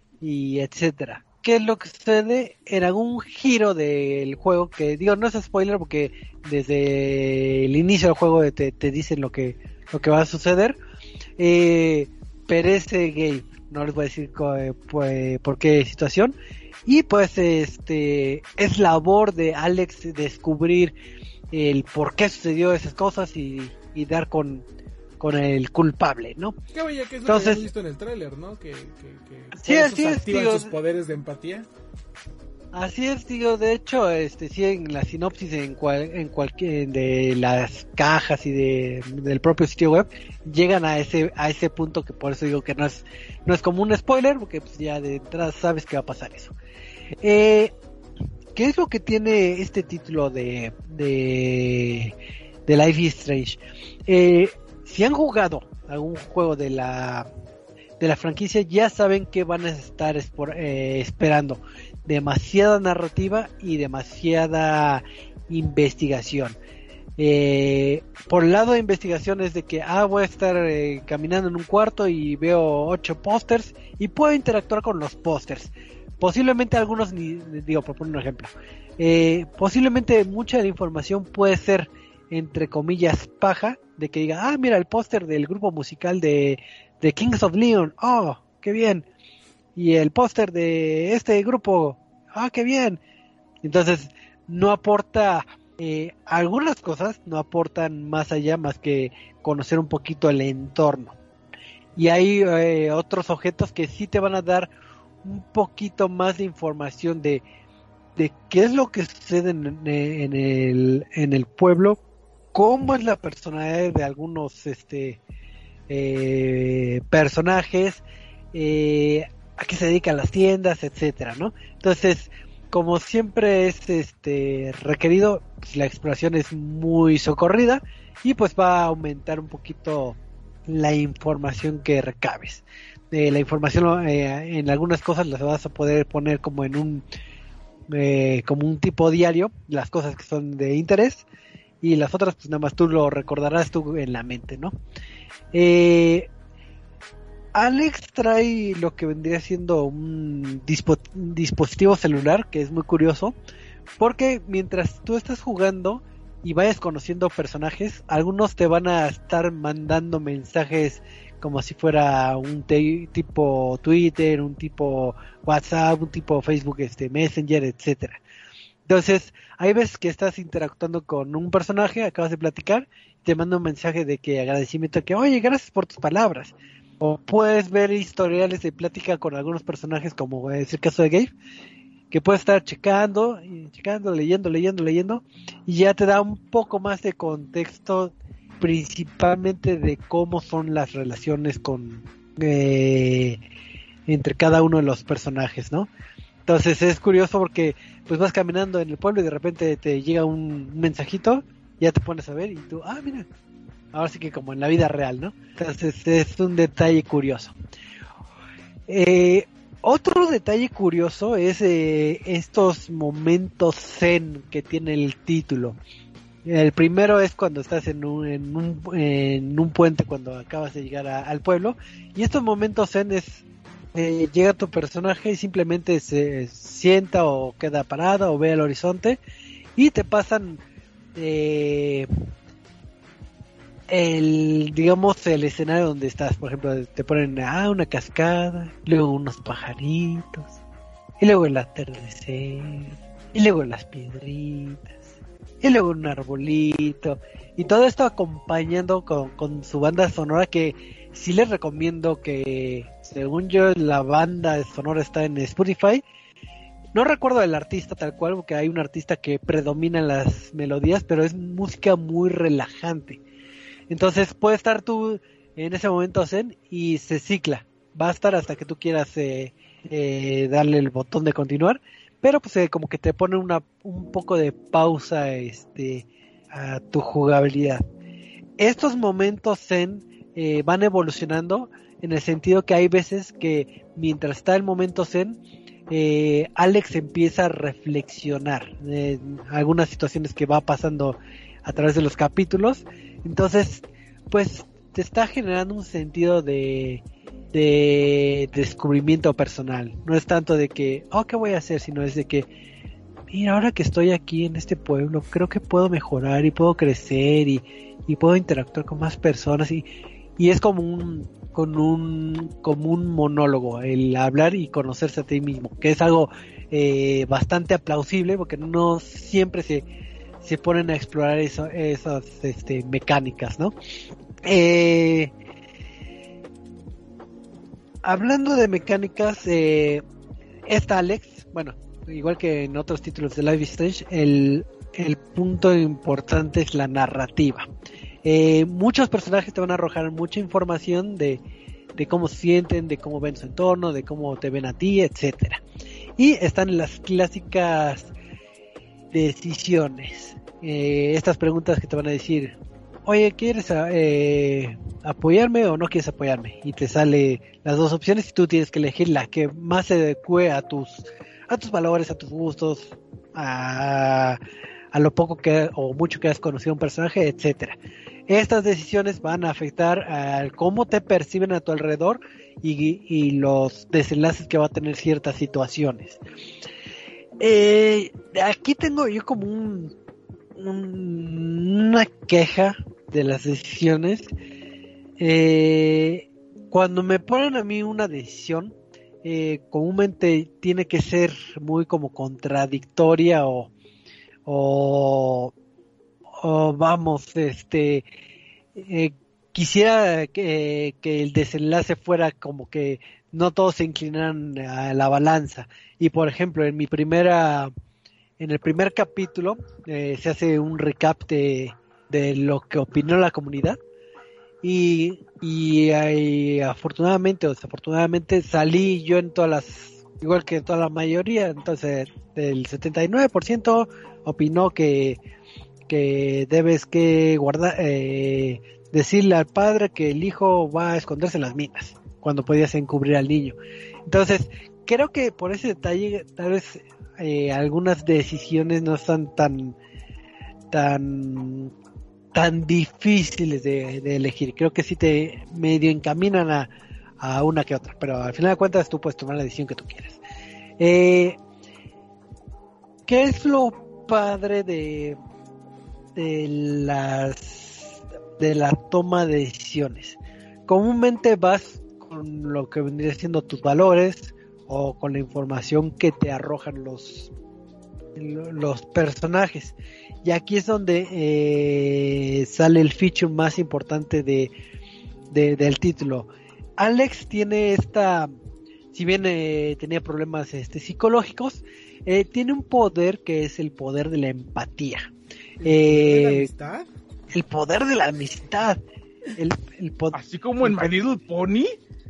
y etcétera. ¿Qué es lo que sucede en algún giro del juego? Que digo, no es spoiler porque desde el inicio del juego te, te dicen lo que, lo que va a suceder. Eh, perece Gabe, no les voy a decir co- pues, por qué situación, y pues este es labor de Alex descubrir el por qué sucedió esas cosas y, y dar con, con el culpable, ¿no? Qué vaya que es lo Entonces, que habíamos visto en el tráiler, ¿no? Que, que, que sí, por eso así se es, activan digo, sus poderes de empatía. Así es, digo, de hecho, este, sí, en la sinopsis en cual, en cualquier de las cajas y de del propio sitio web llegan a ese a ese punto, que por eso digo que no es no es como un spoiler, porque pues ya de entrada sabes que va a pasar eso. Eh, ¿Qué es lo que tiene este título de de de Life is Strange? Eh, si han jugado algún juego de la de la franquicia, ya saben que van a estar espor, eh, esperando demasiada narrativa y demasiada investigación. Eh, por el lado de investigación es de que ah voy a estar eh, caminando en un cuarto y veo ocho pósters y puedo interactuar con los pósters. Posiblemente algunos, ni digo, por poner un ejemplo, eh, posiblemente mucha de la información puede ser entre comillas paja, de que diga ah mira el póster del grupo musical de, de Kings of Leon, oh qué bien, y el póster de este grupo, ah, qué bien. Entonces, no aporta, eh, algunas cosas no aportan más allá, más que conocer un poquito el entorno. Y hay eh, otros objetos que sí te van a dar un poquito más de información de, de qué es lo que sucede en, en, el, en el pueblo, cómo es la personalidad de algunos este eh, personajes, eh, a qué se dedican las tiendas, etcétera, ¿no? Entonces, como siempre es este requerido, pues la exploración es muy socorrida y pues va a aumentar un poquito la información que recabes. Eh, la información eh, en algunas cosas las vas a poder poner como en un eh, como un tipo diario, las cosas que son de interés, y las otras pues nada más tú lo recordarás tú en la mente, ¿no? Eh, Alex trae lo que vendría siendo un dispo- dispositivo celular, que es muy curioso, porque mientras tú estás jugando y vayas conociendo personajes, algunos te van a estar mandando mensajes como si fuera un te- tipo Twitter, un tipo WhatsApp, un tipo Facebook, este Messenger, etcétera. Entonces, hay veces que estás interactuando con un personaje, acabas de platicar, te manda un mensaje de que agradecimiento, que oye, gracias por tus palabras. O puedes ver historiales de plática con algunos personajes, como es el caso de Gabe, que puedes estar checando, y checando, leyendo, leyendo, leyendo, y ya te da un poco más de contexto, principalmente de cómo son las relaciones con eh, entre cada uno de los personajes, ¿no? Entonces es curioso porque pues vas caminando en el pueblo y de repente te llega un, un mensajito, ya te pones a ver y tú, ah, mira, ahora sí que como en la vida real, ¿no? Entonces es un detalle curioso. Eh, otro detalle curioso es eh, estos momentos zen que tiene el título. El primero es cuando estás en un, en un, en un puente cuando acabas de llegar a, al pueblo, y estos momentos zen es eh, llega tu personaje y simplemente se sienta o queda parada o ve el horizonte y te pasan eh, el, digamos, el escenario donde estás. Por ejemplo, te ponen ah, una cascada, luego unos pajaritos, y luego el atardecer, y luego las piedritas, y luego un arbolito, y todo esto acompañando con, con su banda sonora, que sí les recomiendo que, según yo, la banda sonora está en Spotify. No recuerdo el artista tal cual, porque hay un artista que predomina en las melodías, pero es música muy relajante. Entonces puede estar tú en ese momento zen y se cicla. Va a estar hasta que tú quieras eh, eh, darle el botón de continuar, pero pues eh, como que te pone una un poco de pausa este a tu jugabilidad. Estos momentos zen eh, van evolucionando en el sentido que hay veces que mientras está el momento zen, eh, Alex empieza a reflexionar en algunas situaciones que va pasando a través de los capítulos. Entonces pues te está generando un sentido de de descubrimiento personal. No es tanto de que, oh, ¿qué voy a hacer? Sino es de que, mira, ahora que estoy aquí en este pueblo, creo que puedo mejorar y puedo crecer y, y puedo interactuar con más personas, y, y es como un, con un, como un monólogo, el hablar y conocerse a ti mismo, que es algo eh, bastante aplausible, porque no siempre se, se ponen a explorar eso, esas este, mecánicas, ¿no? Eh, Hablando de mecánicas, eh, esta Alex, bueno, igual que en otros títulos de Life is Strange, el, el punto importante es la narrativa. Eh, muchos personajes te van a arrojar mucha información de, de cómo se sienten, de cómo ven su entorno, de cómo te ven a ti, etcétera. Y están las clásicas decisiones. Eh, estas preguntas que te van a decir, oye, ¿quieres eh, apoyarme o no quieres apoyarme? Y te sale las dos opciones y tú tienes que elegir la que más se adecue a tus a tus valores, a tus gustos, a, a lo poco que o mucho que has conocido a un personaje, etcétera. Estas decisiones van a afectar a cómo te perciben a tu alrededor y, y los desenlaces que va a tener ciertas situaciones. Eh, aquí tengo yo como un, un una queja de las decisiones. Eh, cuando me ponen a mí una decisión, eh, comúnmente tiene que ser muy como contradictoria o, o, o vamos, este, eh, quisiera que, que el desenlace fuera como que no todos se inclinaran a la balanza. Y por ejemplo, en mi primera, en el primer capítulo eh, se hace un recap de de lo que opinó la comunidad y, y, y afortunadamente o desafortunadamente salí yo en todas las, igual que toda la mayoría. Entonces el setenta y nueve por ciento opinó que que debes que guardar eh, decirle al padre que el hijo va a esconderse en las minas cuando podías encubrir al niño. Entonces creo que por ese detalle tal vez eh, algunas decisiones no están tan tan tan difíciles de, de elegir. Creo que sí te medio encaminan a, a una que otra, pero al final de cuentas tú puedes tomar la decisión que tú quieras. Eh, ¿Qué es lo padre de de las de la toma de decisiones? Comúnmente vas con lo que vendría siendo tus valores o con la información que te arrojan los los personajes. Y aquí es donde eh, sale el feature más importante de, de del título. Alex tiene esta, si bien eh, tenía problemas este, psicológicos, eh, tiene un poder que es el poder de la empatía. ¿El eh, poder de la amistad? El poder de la amistad. El, el po- Así como en My Little Pony.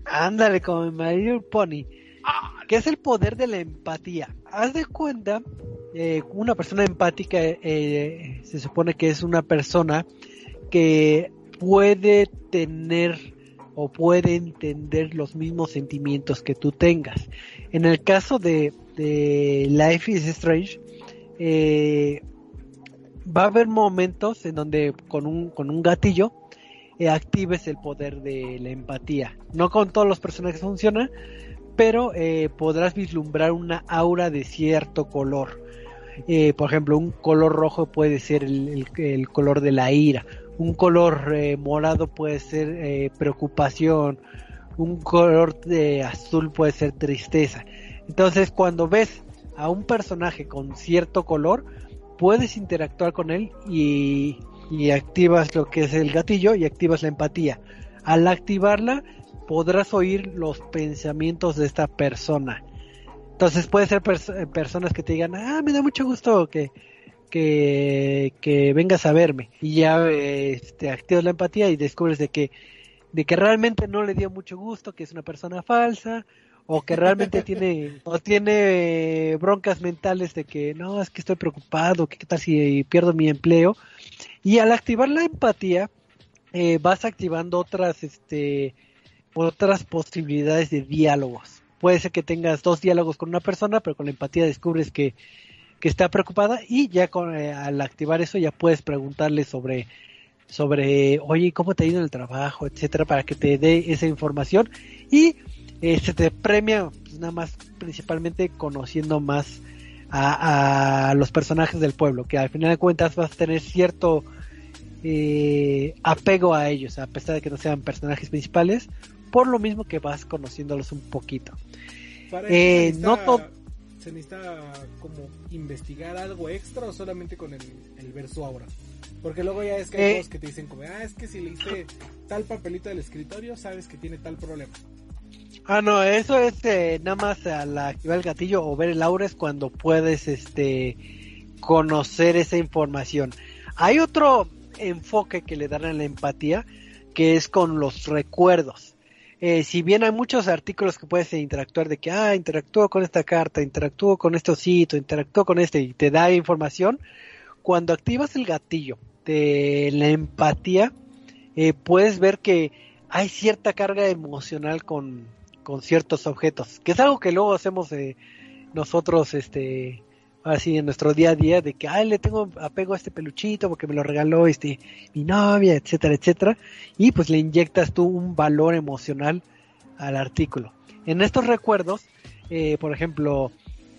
Ándale, como My Little Pony. ¿Qué es el poder de la empatía? Haz de cuenta, eh, una persona empática eh, se supone que es una persona que puede tener o puede entender los mismos sentimientos que tú tengas. En el caso de, de Life is Strange, eh, va a haber momentos en donde con un, con un gatillo eh, actives el poder de la empatía. No con todos los personajes funciona, pero eh, podrás vislumbrar una aura de cierto color. Eh, por ejemplo, un color rojo puede ser el, el, el color de la ira, un color eh, morado puede ser eh, preocupación, un color de azul puede ser tristeza. Entonces, cuando ves a un personaje con cierto color, puedes interactuar con él y, y activas lo que es el gatillo y activas la empatía. Al activarla, podrás oír los pensamientos de esta persona. Entonces puede ser pers- personas que te digan, ah, me da mucho gusto que, que, que vengas a verme. Y ya este, activas la empatía y descubres de que, de que realmente no le dio mucho gusto, que es una persona falsa, o que realmente tiene, o tiene broncas mentales de que, no, es que estoy preocupado, que qué tal si pierdo mi empleo. Y al activar la empatía, eh, vas activando otras, este, otras posibilidades de diálogos. Puede ser que tengas dos diálogos con una persona, pero con la empatía descubres que, que está preocupada y ya con, eh, al activar eso ya puedes preguntarle sobre, sobre, oye, ¿cómo te ha ido en el trabajo? Etcétera, para que te dé esa información y eh, se te premia pues, nada más principalmente conociendo más a, a los personajes del pueblo, que al final de cuentas vas a tener cierto eh, apego a ellos, a pesar de que no sean personajes principales, por lo mismo que vas conociéndolos un poquito. Para eh, eso se, no necesita, to- se necesita como investigar algo extra o solamente con el, el ver su aura. Porque luego ya es que hay eh, juegos que te dicen como, ah, es que si le hice tal papelito del escritorio, sabes que tiene tal problema. Ah, no, eso es eh, nada más al activar el gatillo o ver el aura es cuando puedes este conocer esa información. Hay otro enfoque que le dan a la empatía que es con los recuerdos. Eh, si bien hay muchos artículos que puedes interactuar de que, ah, interactúo con esta carta, interactúo con este osito, interactúo con este y te da información, cuando activas el gatillo de la empatía, eh, puedes ver que hay cierta carga emocional con, con ciertos objetos, que es algo que luego hacemos eh, nosotros, este, así en nuestro día a día, de que, ay, le tengo apego a este peluchito porque me lo regaló este mi novia, etcétera, etcétera, y pues le inyectas tú un valor emocional al artículo. En estos recuerdos, eh, por ejemplo,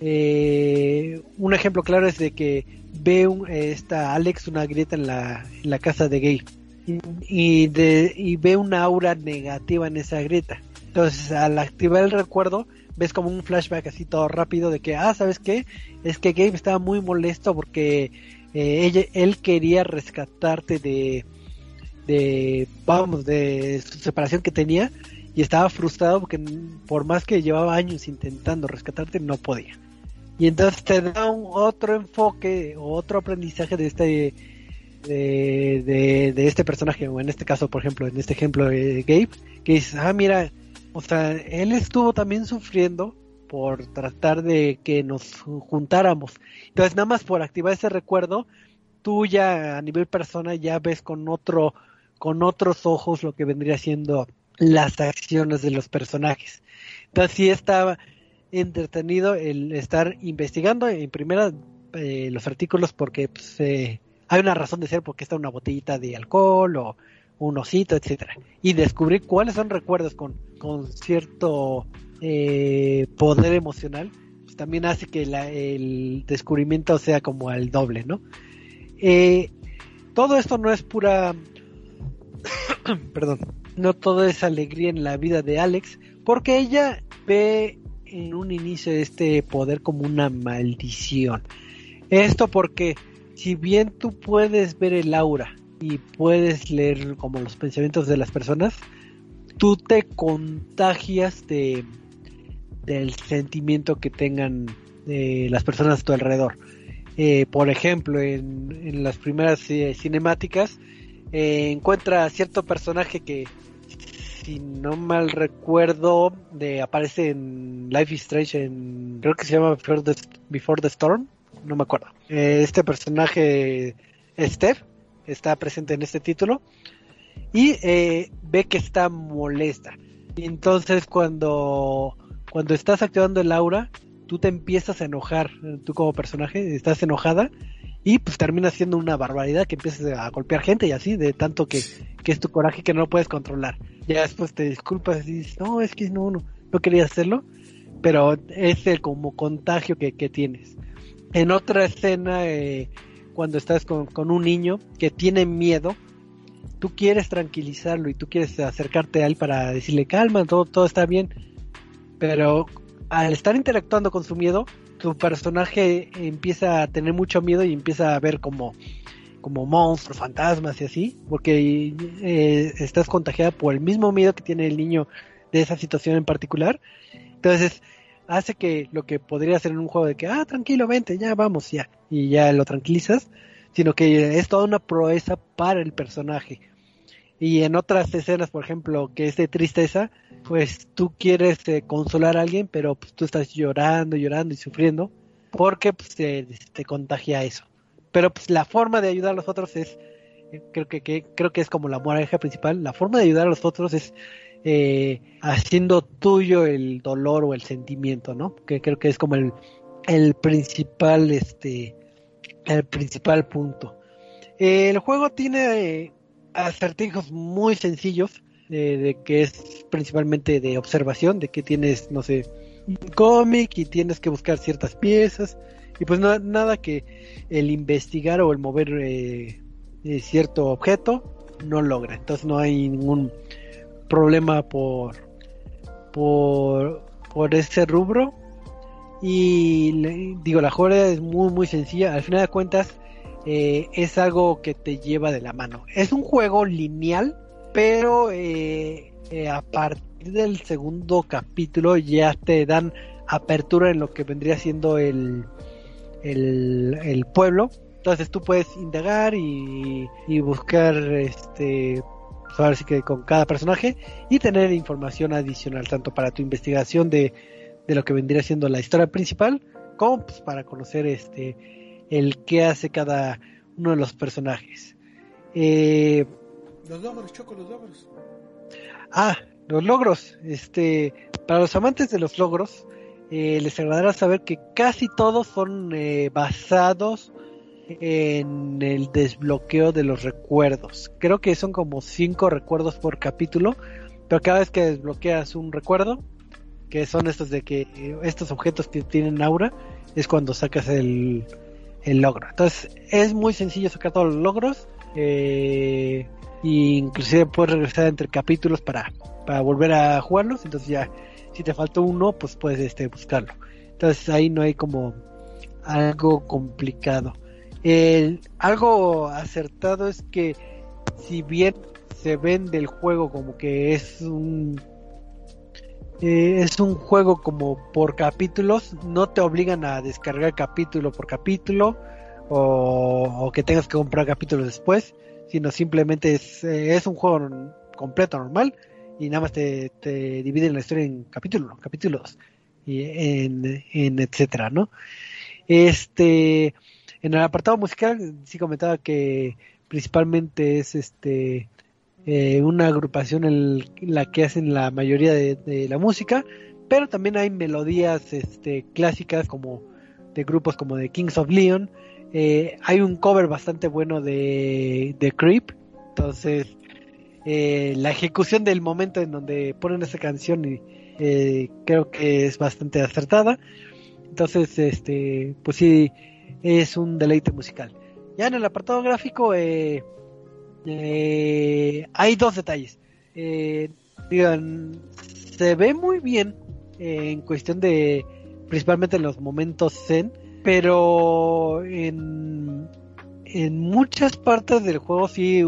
eh, un ejemplo claro es de que ve un, eh, esta Alex una grieta en la, en la casa de Gabe y, y, de, y ve una aura negativa en esa grieta. Entonces, al activar el recuerdo, ves como un flashback así todo rápido de que, ah, ¿sabes qué? Es que Gabe estaba muy molesto porque eh, ella, él quería rescatarte de, de, vamos, de su separación que tenía y estaba frustrado porque por más que llevaba años intentando rescatarte, no podía. Y entonces te da un otro enfoque, otro aprendizaje de este, de, de, de este personaje, o en este caso, por ejemplo, en este ejemplo de Gabe, que dices, ah, mira, o sea, él estuvo también sufriendo por tratar de que nos juntáramos. Entonces, nada más por activar ese recuerdo, tú ya a nivel persona ya ves con otro, con otros ojos lo que vendría siendo las acciones de los personajes. Entonces, sí estaba entretenido el estar investigando en primera eh, los artículos porque pues, eh, hay una razón de ser, porque está una botellita de alcohol o un osito, etcétera, y descubrir cuáles son recuerdos con, con cierto eh, poder emocional, pues también hace que la, el descubrimiento sea como al doble, ¿no? Eh, todo esto no es pura perdón, no todo es alegría en la vida de Alex, porque ella ve en un inicio de este poder como una maldición. Esto porque si bien tú puedes ver el aura y puedes leer como los pensamientos de las personas, tú te contagias de del sentimiento que tengan eh, las personas a tu alrededor. Eh, por ejemplo, en, en las primeras eh, cinemáticas eh, encuentra a cierto personaje que si no mal recuerdo, de, aparece en Life is Strange, en, creo que se llama Before the, Before the Storm, no me acuerdo. Eh, este personaje, Steph, está presente en este título y eh, ve que está molesta. Y entonces cuando, cuando estás activando el aura, tú te empiezas a enojar, tú como personaje, estás enojada y pues termina siendo una barbaridad que empiezas a golpear gente y así, de tanto que, que es tu coraje que no lo puedes controlar. Ya después te disculpas y dices, no, es que no, no, no quería hacerlo, pero es el como contagio que, que tienes. En otra escena, eh, cuando estás con, con un niño que tiene miedo, tú quieres tranquilizarlo y tú quieres acercarte a él para decirle, calma, todo, todo está bien, pero al estar interactuando con su miedo, tu personaje empieza a tener mucho miedo y empieza a ver como, como monstruos, fantasmas y así, porque eh, estás contagiada por el mismo miedo que tiene el niño de esa situación en particular. Entonces hace que lo que podría ser en un juego de que, ah, tranquilo, vente, ya vamos, ya, y ya lo tranquilizas, sino que es toda una proeza para el personaje. Y en otras escenas, por ejemplo, que es de tristeza, pues tú quieres eh, consolar a alguien, pero pues tú estás llorando, llorando y sufriendo, porque pues te, te contagia eso. Pero pues la forma de ayudar a los otros es, eh, creo que, que creo que es como la moraleja principal, la forma de ayudar a los otros es eh, haciendo tuyo el dolor o el sentimiento, ¿no? Que creo que es como el, el principal, este, el principal punto. Eh, el juego tiene eh, acertijos muy sencillos, eh, de que es principalmente de observación, de que tienes, no sé, un cómic y tienes que buscar ciertas piezas, y pues no, nada que el investigar o el mover eh, eh, cierto objeto no logra. Entonces no hay ningún problema por por por ese rubro. Y le, digo, la jugabilidad es muy muy sencilla. Al final de cuentas eh, es algo que te lleva de la mano. Es un juego lineal, pero eh, eh, a partir del segundo capítulo ya te dan apertura en lo que vendría siendo el el, el pueblo. Entonces tú puedes indagar y, y buscar este, pues ahora sí que con cada personaje, y tener información adicional tanto para tu investigación de, de lo que vendría siendo la historia principal, como pues para conocer este el qué hace cada uno de los personajes. Eh, los logros, Choco, los logros. Ah, los logros. Este, para los amantes de los logros, eh, les agradará saber que casi todos son eh, basados en el desbloqueo de los recuerdos. Creo que son como cinco recuerdos por capítulo, pero cada vez que desbloqueas un recuerdo, que son estos de que eh, estos objetos que tienen aura, es cuando sacas el, el logro. Entonces es muy sencillo sacar todos los logros, eh, y inclusive puedes regresar entre capítulos para, para volver a jugarlos. Entonces ya si te faltó uno, pues puedes este buscarlo. Entonces ahí no hay como algo complicado. El, algo acertado es que si bien se vende el juego como que es un eh, es un juego como por capítulos, no te obligan a descargar capítulo por capítulo o, o que tengas que comprar capítulos después, sino simplemente es, eh, es un juego completo normal y nada más te, te dividen la historia en capítulos, capítulos y en, en etcétera, ¿no? Este En el apartado musical sí comentaba que principalmente es este eh, una agrupación en la que hacen la mayoría de, de la música, pero también hay melodías este, clásicas como de grupos como de Kings of Leon. Eh, hay un cover bastante bueno de, de Creep, entonces eh, la ejecución del momento en donde ponen esa canción y, eh, creo que es bastante acertada. Entonces este pues sí, es un deleite musical. Ya en el apartado gráfico eh, eh, hay dos detalles. Eh, digan, se ve muy bien eh, en cuestión de principalmente en los momentos zen, pero en, en muchas partes del juego sí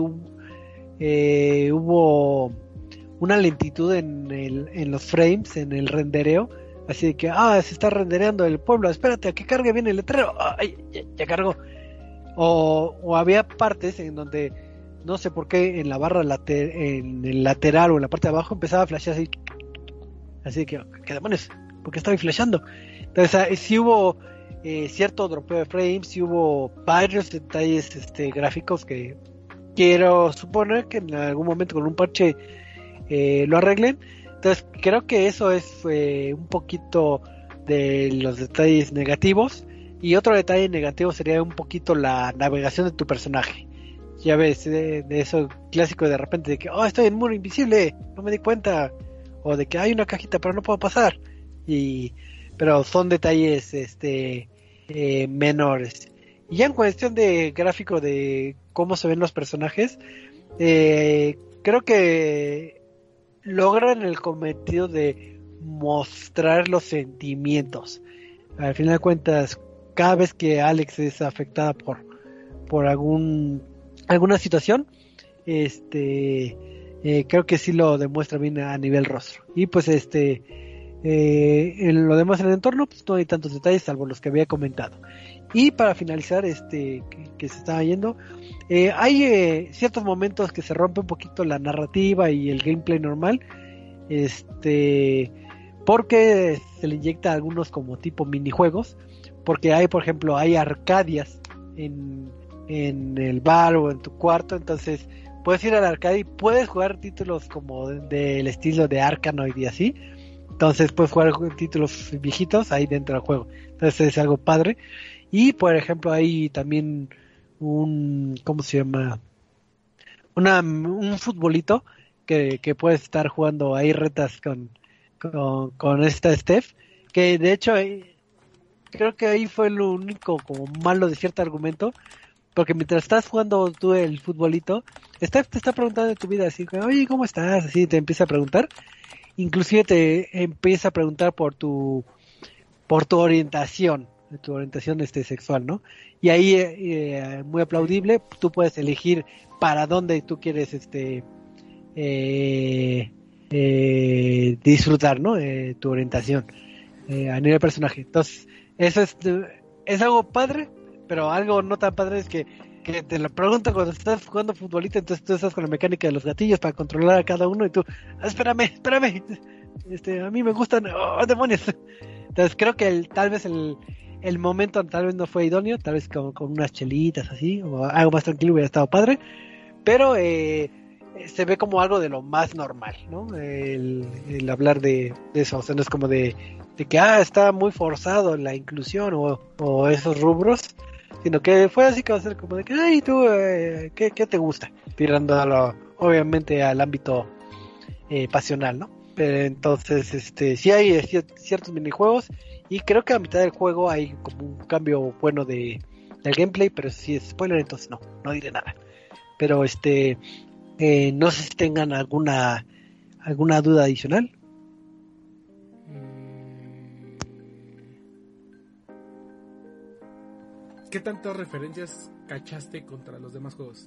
eh, hubo una lentitud en, el, en los frames, en el rendereo. Así de que, ah, se está rendereando el pueblo, espérate a que cargue bien el letrero, ay, ya, ya cargó. O, o había partes en donde no sé por qué en la barra late- en el lateral o en la parte de abajo empezaba a flashear así, así que, ¿qué demonios? ¿Por qué estaba flashando? Entonces, ah, sí hubo eh, cierto dropeo de frames, sí hubo varios detalles este, gráficos que quiero suponer que en algún momento con un parche eh, lo arreglen. Entonces, creo que eso es eh, un poquito de los detalles negativos. Y otro detalle negativo sería un poquito la navegación de tu personaje. Ya ves, de, de eso clásico de repente de que, oh, estoy en muro invisible, no me di cuenta. O de que hay una cajita pero no puedo pasar. Y pero son detalles este eh, menores. Y ya en cuestión de gráfico de cómo se ven los personajes, eh, creo que logran el cometido de mostrar los sentimientos. Al final de cuentas, cada vez que Alex es afectada por por algún alguna situación, este eh, creo que sí lo demuestra bien a nivel rostro. Y pues este eh, en lo demás en el entorno, pues no hay tantos detalles salvo los que había comentado. Y para finalizar, este que, que se estaba yendo, eh, hay eh, ciertos momentos que se rompe un poquito la narrativa y el gameplay normal, este porque se le inyecta algunos como tipo minijuegos, porque hay, por ejemplo, hay arcadias en, en el bar o en tu cuarto, entonces puedes ir al arcade y puedes jugar títulos como de, del estilo de Arkanoid y así, entonces puedes jugar títulos viejitos ahí dentro del juego, entonces es algo padre. Y por ejemplo hay también un, ¿cómo se llama? Una, un futbolito que, que puedes estar jugando ahí retas con, con, con esta Steph, que de hecho creo que ahí fue lo único como malo de cierto argumento, porque mientras estás jugando tú el futbolito, Steph te está preguntando de tu vida, así que, oye, ¿cómo estás? Así te empieza a preguntar, inclusive te empieza a preguntar por tu por tu orientación, tu orientación este sexual, ¿no? Y ahí eh, muy aplaudible, tú puedes elegir para dónde tú quieres este eh, eh, disfrutar, ¿no? Eh, tu orientación eh, a nivel personaje. Entonces, eso es, es algo padre, pero algo no tan padre es que, que te lo preguntan cuando estás jugando futbolito, entonces tú estás con la mecánica de los gatillos para controlar a cada uno y tú, ah, espérame, espérame, este, a mí me gustan, oh, demonios. Entonces creo que el, tal vez el, el momento tal vez no fue idóneo, tal vez con, con unas chelitas así, o algo más tranquilo hubiera estado padre, pero eh, se ve como algo de lo más normal, ¿no? El, el hablar de, de eso, o sea, no es como de, de que, ah, está muy forzado la inclusión o, o esos rubros, sino que fue así que va a ser como de que, ay, tú, eh, ¿qué, ¿qué te gusta? Tirándolo, obviamente, al ámbito eh, pasional, ¿no? Pero entonces, este, sí hay eh, ciertos minijuegos y creo que a mitad del juego hay como un cambio bueno de del gameplay, pero si es spoiler, entonces no, no diré nada. Pero este, eh, no sé si tengan alguna alguna duda adicional. ¿Qué tantas referencias cachaste contra los demás juegos?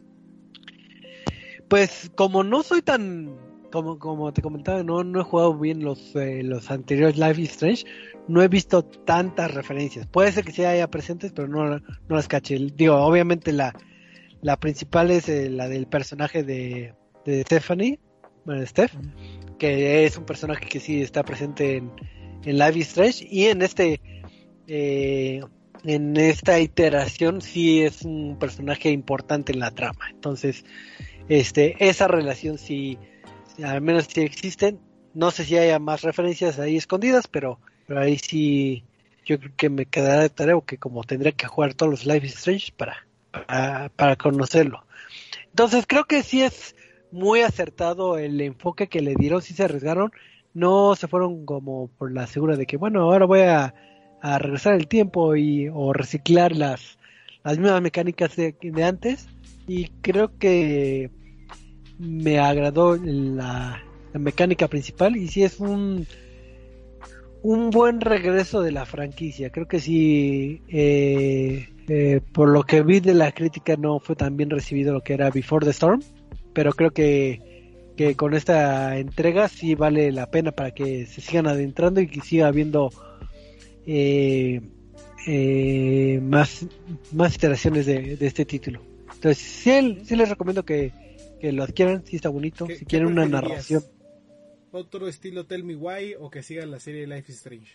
Pues como no soy tan, como como te comentaba, no no he jugado bien los eh, los anteriores Life is Strange, no he visto tantas referencias. Puede ser que sí haya presentes, pero no, no las caché. Digo, obviamente la la principal es eh, la del personaje de, de Stephanie, bueno, Steph, mm. que es un personaje que sí está presente en, en Life is Strange y en este eh, en esta iteración sí es un personaje importante en la trama. Entonces, este, esa relación sí, al menos sí existen. No sé si haya más referencias ahí escondidas, pero, pero ahí sí yo creo que me quedará de tarea, que como tendría que jugar todos los Life is Strange para, para, para conocerlo. Entonces creo que sí es muy acertado el enfoque que le dieron, sí se arriesgaron, no se fueron como por la segura de que bueno, ahora voy a a regresar el tiempo y o reciclar las las mismas mecánicas de, de antes, y creo que me agradó la, la mecánica principal y sí es un un buen regreso de la franquicia. Creo que sí, eh, eh, por lo que vi de la crítica no fue tan bien recibido lo que era Before the Storm, pero creo que que con esta entrega sí vale la pena para que se sigan adentrando y que siga habiendo Eh, eh, más más iteraciones de, de este título. Entonces sí, sí les recomiendo que, que lo adquieran, sí está bonito. ¿Qué- Si qué quieren una preferirías? narración. ¿Otro estilo Tell Me Why o que sigan la serie Life is Strange?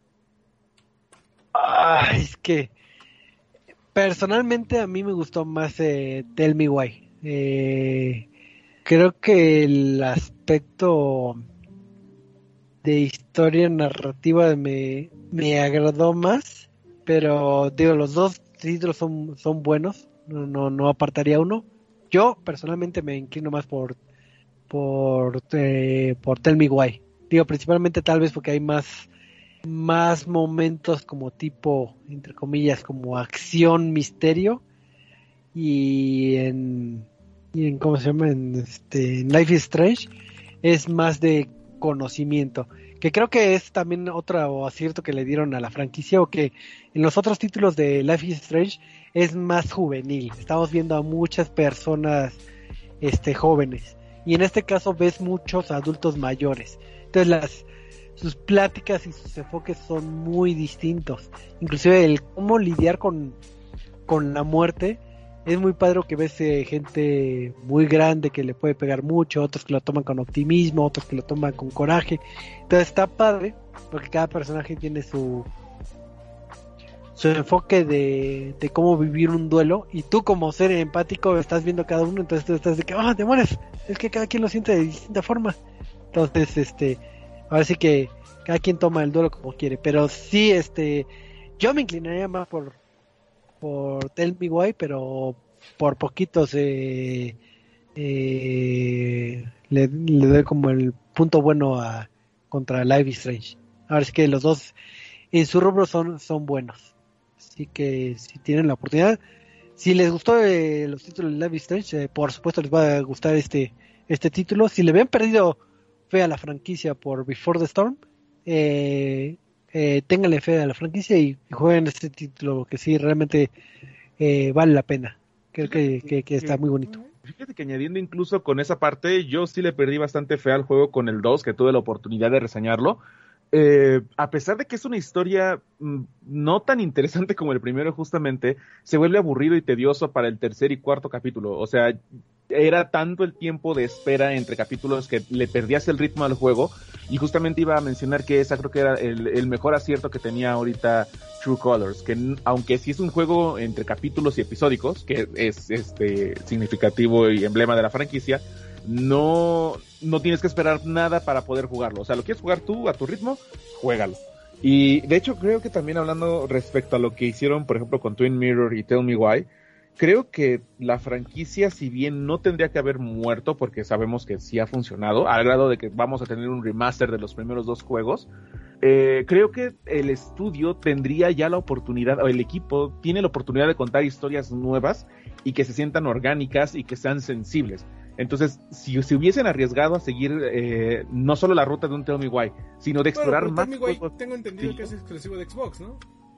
Ay, es que personalmente a mí me gustó más eh, Tell Me Why. Eh, creo que el aspecto de historia narrativa me, me agradó más, pero digo, los dos títulos son, son buenos, no, no, no apartaría uno. Yo personalmente me inclino más por por eh, por Tell Me Why. Digo, principalmente tal vez porque hay más más momentos como tipo, entre comillas, como acción misterio, y en y en ¿cómo se llama? En este en Life is Strange es más de conocimiento, que creo que es también otro acierto que le dieron a la franquicia, o que en los otros títulos de Life is Strange es más juvenil. Estamos viendo a muchas personas este jóvenes, y en este caso ves muchos adultos mayores. Entonces las sus pláticas y sus enfoques son muy distintos. Inclusive el cómo lidiar con, con la muerte es muy padre, que ves eh, gente muy grande que le puede pegar mucho, otros que lo toman con optimismo, otros que lo toman con coraje. Entonces está padre porque cada personaje tiene su su enfoque de, de cómo vivir un duelo, y tú como ser empático estás viendo a cada uno, entonces tú estás de que, ah, oh, demonios, es que cada quien lo siente de distinta forma. Entonces, este, ahora sí que cada quien toma el duelo como quiere, pero sí, este, yo me inclinaría más por por Tell Me Why, pero por poquitos eh, eh, le, le doy como el punto bueno a contra Life is Strange. Ahora sí que los dos en su rubro son, son buenos, así que si tienen la oportunidad, si les gustó eh, los títulos de Life is Strange, eh, por supuesto les va a gustar este este título. Si le habían perdido fe a la franquicia por Before the Storm, eh, eh, ténganle fe a la franquicia y jueguen este título, que sí, realmente eh, vale la pena. Creo que, que, que está muy bonito. Fíjate que añadiendo incluso con esa parte, yo sí le perdí bastante fe al juego con el dos, que tuve la oportunidad de reseñarlo. Eh, a pesar de que es una historia mm, no tan interesante como el primero, justamente, se vuelve aburrido y tedioso para el tercer y cuarto capítulo. O sea, era tanto el tiempo de espera entre capítulos que le perdías el ritmo al juego, y justamente iba a mencionar que esa creo que era el, el mejor acierto que tenía ahorita True Colors, que aunque sí es un juego entre capítulos y episódicos, que es este significativo y emblema de la franquicia, no, no tienes que esperar nada para poder jugarlo. O sea, lo quieres jugar tú a tu ritmo, juégalo. Y de hecho creo que también hablando respecto a lo que hicieron, por ejemplo, con Twin Mirror y Tell Me Why, creo que la franquicia, si bien no tendría que haber muerto, porque sabemos que sí ha funcionado, al grado de que vamos a tener un remaster de los primeros dos juegos, eh, creo que el estudio tendría ya la oportunidad, o el equipo tiene la oportunidad de contar historias nuevas y que se sientan orgánicas y que sean sensibles. Entonces, si se hubiesen arriesgado a seguir eh, no solo la ruta de un Tell Me Why, sino de explorar bueno, más Tell Me Why, juegos. tengo entendido Sí. que es exclusivo de Xbox, ¿no?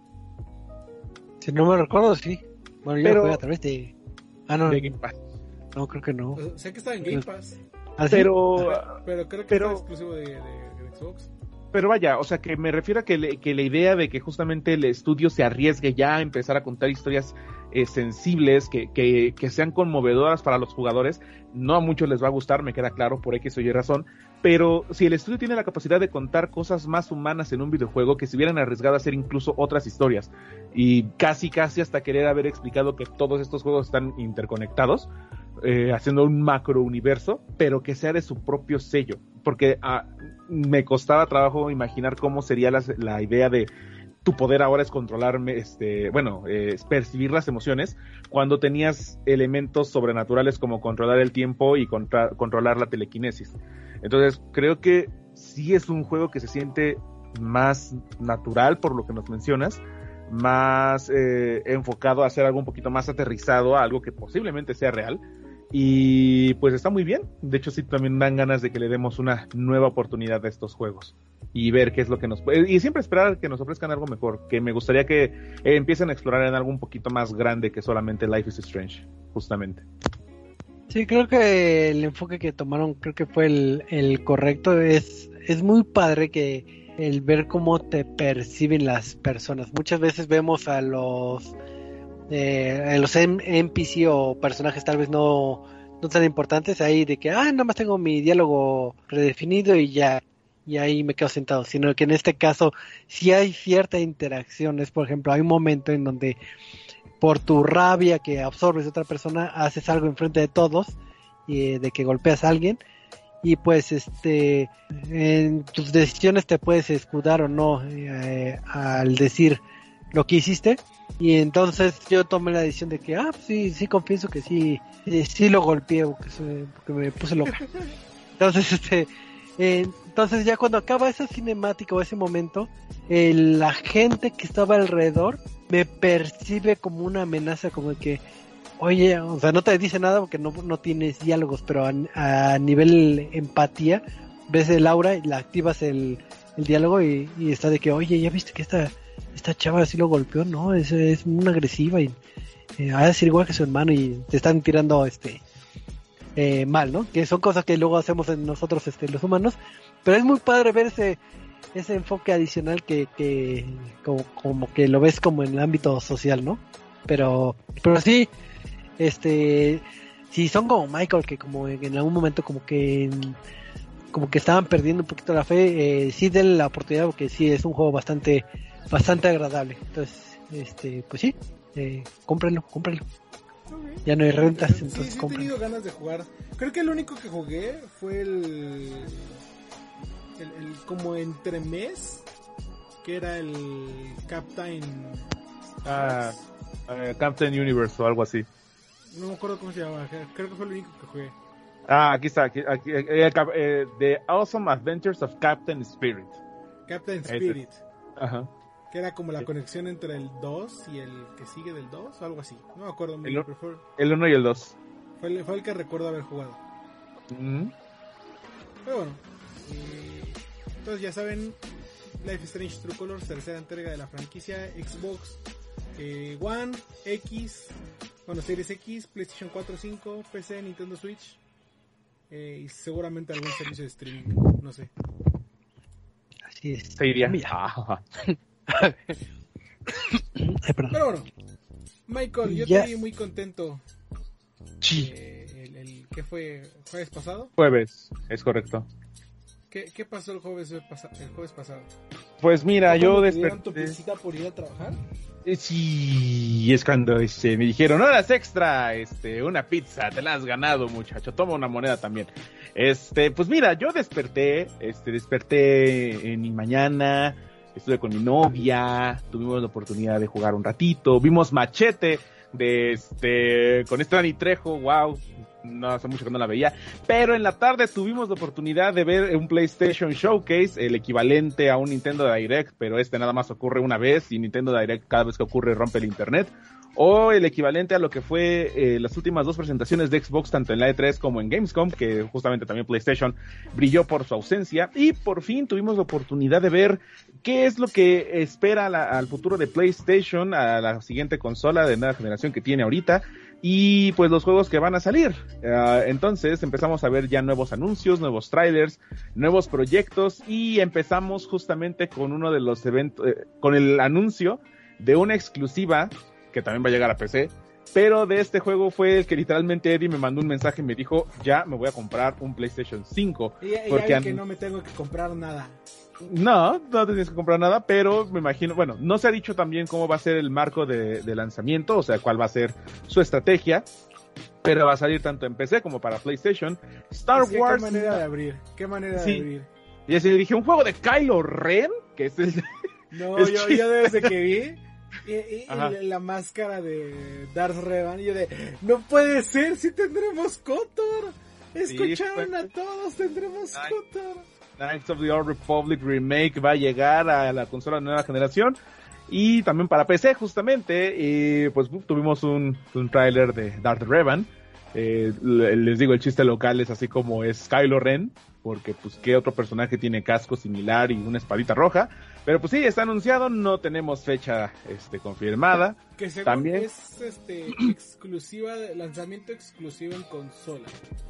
Si no me recuerdo, sí. Bueno, yo Pero- lo jugué a través de... Ah, no, de Game Pass. no, creo que no. O sea, sé que estaba en Game Pass, ¿Ah, sí? Pero, pero creo que Pero- está exclusivo de, de, de Xbox. pero vaya, o sea, que me refiero a que, le- que la idea de que justamente el estudio se arriesgue ya a empezar a contar historias eh, sensibles, que, que, que sean conmovedoras para los jugadores, no a muchos les va a gustar, me queda claro, por X o Y razón, pero si el estudio tiene la capacidad de contar cosas más humanas en un videojuego, que se hubieran arriesgado a hacer incluso otras historias, y casi casi hasta querer haber explicado que todos estos juegos están interconectados, eh, haciendo un macro universo, pero que sea de su propio sello, porque ah, me costaba trabajo imaginar cómo sería la, la idea de tu poder ahora es controlar, este, bueno, eh, es percibir las emociones, cuando tenías elementos sobrenaturales como controlar el tiempo y contra, controlar la telequinesis. Entonces, creo que sí es un juego que se siente más natural, por lo que nos mencionas, más eh, enfocado a hacer algo un poquito más aterrizado, a algo que posiblemente sea real. Y pues está muy bien. De hecho, sí, también dan ganas de que le demos una nueva oportunidad a estos juegos y ver qué es lo que nos puede, y siempre esperar que nos ofrezcan algo mejor, que me gustaría que eh, empiecen a explorar en algo un poquito más grande que solamente Life is Strange, justamente. Sí, creo que el enfoque que tomaron, creo que fue el, el correcto. Es, es muy padre que el ver cómo te perciben las personas. Muchas veces vemos a los eh, a los N P C o personajes tal vez no no tan importantes, ahí de que, ah, nada más tengo mi diálogo predefinido y ya, y ahí me quedo sentado, sino que en este caso sí hay cierta interacción. Es, por ejemplo, hay un momento en donde por tu rabia que absorbes de otra persona, haces algo enfrente de todos, y eh, de que golpeas a alguien, y pues este en tus decisiones te puedes escudar o no eh, al decir lo que hiciste. Y entonces yo tomé la decisión de que, ah, pues sí, sí confieso que sí, eh, sí lo golpeé porque, se, porque me puse loca. Entonces, este, eh, entonces ya cuando acaba esa cinemática o ese momento, eh, la gente que estaba alrededor me percibe como una amenaza, como que, oye, o sea, no te dice nada porque no, no tienes diálogos, pero a, a nivel empatía, ves el aura y la activas el, el diálogo y, y está de que, oye, ya viste que esta esta chava así lo golpeó, no, es, es una agresiva y eh, ha de ser igual que su hermano y te están tirando este eh, mal, ¿no? Que son cosas que luego hacemos en nosotros, este, los humanos, pero es muy padre ver ese ese enfoque adicional que, que como, como que lo ves como en el ámbito social, ¿no? Pero pero sí, este, si son como Michael, que como en, en algún momento como que como que estaban perdiendo un poquito la fe, eh, sí denle la oportunidad porque sí es un juego bastante bastante agradable. Entonces, este, pues sí, eh, cómprenlo, cómprenlo. Okay. Ya no hay rentas, sí, entonces sí, cómprenlo. Sí, he tenido ganas de jugar. Creo que el único que jugué fue el, el, el como entremés, que era el Captain... Ah, uh, Captain Universe o algo así. No me acuerdo cómo se llamaba, creo que fue el único que jugué. Ah, aquí está, aquí, aquí eh, eh, The Awesome Adventures of Captain Spirit. Captain Spirit. Ese. Ajá. Que era como la conexión entre el dos y el que sigue del dos o algo así. No me acuerdo muy bien. El uno y el dos. Fue el, fue el que recuerdo haber jugado. Mm-hmm. Pero bueno. Eh, entonces ya saben, Life is Strange True Colors, tercera entrega de la franquicia. Xbox eh, One, X, bueno, Series X, PlayStation cuatro, cinco, P C, Nintendo Switch. Eh, y seguramente algún servicio de streaming. No sé. Así es. Se iría. Ah. Ay, pero bueno, Michael, yo ya. Te vi muy contento. Sí. Eh, el, el, ¿Qué fue? ¿Jueves pasado? Jueves, es correcto. ¿Qué, qué pasó el jueves, el jueves pasado? Pues mira, yo desperté. ¿Tu visita por ir a trabajar? Sí, es cuando este, me dijeron, horas extra, este, una pizza, te la has ganado, muchacho, toma una moneda también. Este, pues mira, yo desperté, este, desperté en mi mañana, estuve con mi novia, tuvimos la oportunidad de jugar un ratito, vimos Machete de este, con este Dani Trejo, wow, no hace mucho que no la veía, pero en la tarde tuvimos la oportunidad de ver un PlayStation Showcase, el equivalente a un Nintendo Direct, pero este nada más ocurre una vez y Nintendo Direct cada vez que ocurre rompe el internet, o el equivalente a lo que fue eh, las últimas dos presentaciones de Xbox, tanto en la E tres como en Gamescom, que justamente también PlayStation brilló por su ausencia, y por fin tuvimos la oportunidad de ver qué es lo que espera la, al futuro de PlayStation, a la siguiente consola de nueva generación que tiene ahorita, y pues los juegos que van a salir. Uh, entonces empezamos a ver ya nuevos anuncios, nuevos trailers, nuevos proyectos, y empezamos justamente con uno de los eventos, eh, con el anuncio de una exclusiva que también va a llegar a P C, pero de este juego fue el que literalmente Eddie me mandó un mensaje y me dijo, ya me voy a comprar un PlayStation cinco. Y, y porque ya vi que no me tengo que comprar nada. No, no tienes que comprar nada, pero me imagino, bueno, no se ha dicho también cómo va a ser el marco de, de lanzamiento, o sea, cuál va a ser su estrategia, pero va a salir tanto en P C como para PlayStation. Star es que Wars... Qué manera de abrir, qué manera sí. de abrir. Y así le dije, un juego de Kylo Ren, que es el... No, es yo, yo desde que vi... Y, y, y la máscara de Darth Revan, y yo de, no puede ser, si tendremos KOTOR. Escucharon sí, a todos, tendremos KOTOR. Knights of the Old Republic Remake va a llegar a la consola de nueva generación y también para P C justamente. Y pues tuvimos un, un tráiler de Darth Revan. Eh, les digo, el chiste local es así como es Kylo Ren, porque pues qué otro personaje tiene casco similar y una espadita roja. Pero pues sí, está anunciado, no tenemos fecha este confirmada. Que según también es este exclusiva, de, lanzamiento exclusivo en consola.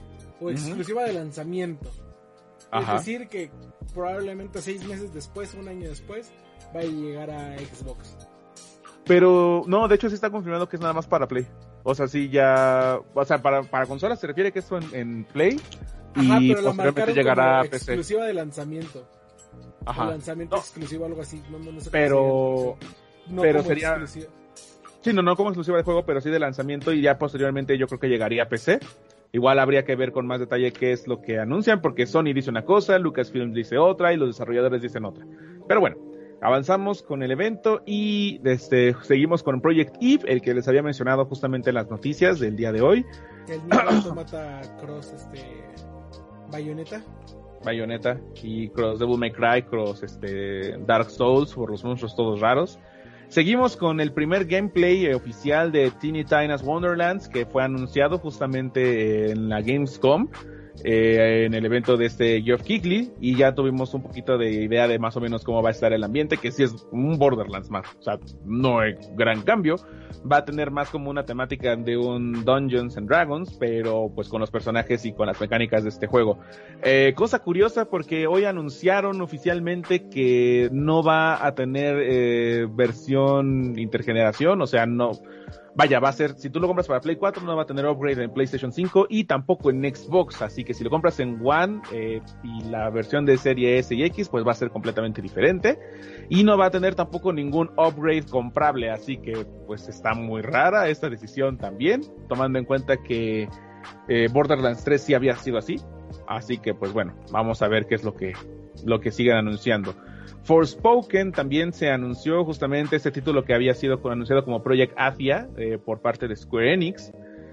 O exclusiva uh-huh. de lanzamiento. Ajá. Es decir, que probablemente seis meses después, un año después, va a llegar a Xbox. Pero no, de hecho sí está confirmado que es nada más para Play. O sea, sí ya... O sea, para, para consolas se refiere que esto en, en Play Ajá, y pero la posteriormente marcaron llegará como a P C. exclusiva de lanzamiento. Ajá. O lanzamiento No, exclusivo, algo así. No, no, no sé cómo pero... se llama, no pero como sería... exclusiva. Sí, no, no como exclusiva de juego, pero sí de lanzamiento y ya posteriormente yo creo que llegaría a P C. Igual habría que ver con más detalle qué es lo que anuncian, porque Sony dice una cosa, Lucasfilm dice otra y los desarrolladores dicen otra. Pero bueno, avanzamos con el evento y este, seguimos con Project Eve, el que les había mencionado justamente en las noticias del día de hoy. El Nier Automata Cross, este... Bayonetta. Bayonetta y Cross Devil May Cry, Cross este, Dark Souls, por los monstruos todos raros. Seguimos con el primer gameplay eh, oficial de Teeny Tina's Wonderlands, que fue anunciado justamente en la Gamescom, eh, en el evento de este Geoff Keighley, y ya tuvimos un poquito de idea de más o menos cómo va a estar el ambiente, que sí es un Borderlands más, o sea, no hay gran cambio, va a tener más como una temática de un Dungeons and Dragons, pero pues con los personajes y con las mecánicas de este juego. Eh, cosa curiosa porque hoy anunciaron oficialmente que no va a tener eh, versión intergeneración, o sea, no... Vaya, va a ser, si tú lo compras para Play cuatro, no va a tener upgrade en PlayStation cinco y tampoco en Xbox, así que si lo compras en One eh, y la versión de serie S y X, pues va a ser completamente diferente y no va a tener tampoco ningún upgrade comprable, así que pues está muy rara esta decisión también, tomando en cuenta que eh, Borderlands tres sí había sido así, así que pues bueno, vamos a ver qué es lo que, lo que siguen anunciando. Forspoken también se anunció justamente este título que había sido anunciado como Project Athia eh, por parte de Square Enix.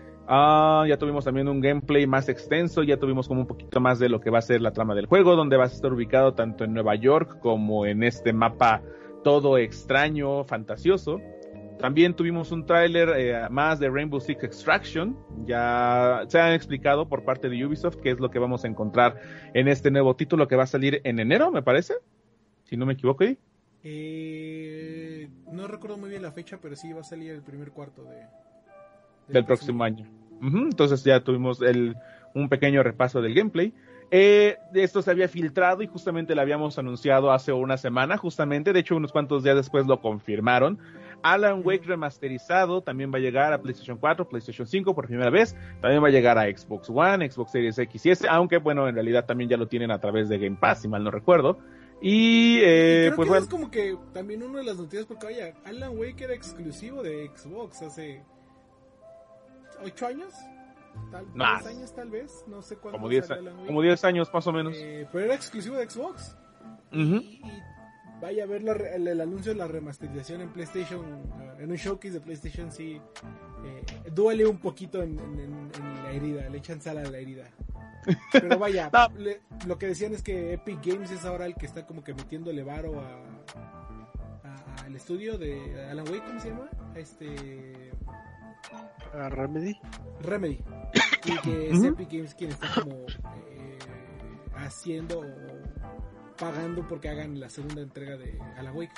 Uh, ya tuvimos también un gameplay más extenso, ya tuvimos como un poquito más de lo que va a ser la trama del juego, donde vas a estar ubicado tanto en Nueva York como en este mapa todo extraño, fantasioso. También tuvimos un tráiler eh, más de Rainbow Six Extraction. Ya se han explicado por parte de Ubisoft qué es lo que vamos a encontrar en este nuevo título que va a salir en enero, me parece. Si no me equivoco, ¿eh? Eh, no recuerdo muy bien la fecha, pero sí va a salir el primer cuarto de, del próximo año. Uh-huh, entonces ya tuvimos el, un pequeño repaso del gameplay. Eh, esto se había filtrado y justamente lo habíamos anunciado hace una semana, justamente. De hecho, unos cuantos días después lo confirmaron. Alan Wake remasterizado también va a llegar a PlayStation cuatro, PlayStation cinco por primera vez. También va a llegar a Xbox One, Xbox Series X y S, aunque bueno, en realidad también ya lo tienen a través de Game Pass, si mal no recuerdo. Y, eh, y creo pues que bueno. Es como que también una de las noticias, porque vaya, Alan Wake era exclusivo de Xbox hace ocho años, tal, más años tal vez, no sé cuánto. Como diez, como diez años más o menos. Eh, pero era exclusivo de Xbox. Uh-huh. Y, y vaya a ver la, el, el anuncio de la remasterización en PlayStation, uh, en un showcase de PlayStation, sí, eh, duele un poquito en, en, en la herida, le echan sal a la herida. Pero vaya, no. le, lo que decían es que Epic Games es ahora el que está como que metiéndole varo a, a, al estudio de Alan Wake, ¿cómo se llama? Este... ¿A Remedy? Remedy. Y que es Epic Games quien está como eh, haciendo o pagando porque hagan la segunda entrega de Alan Wake.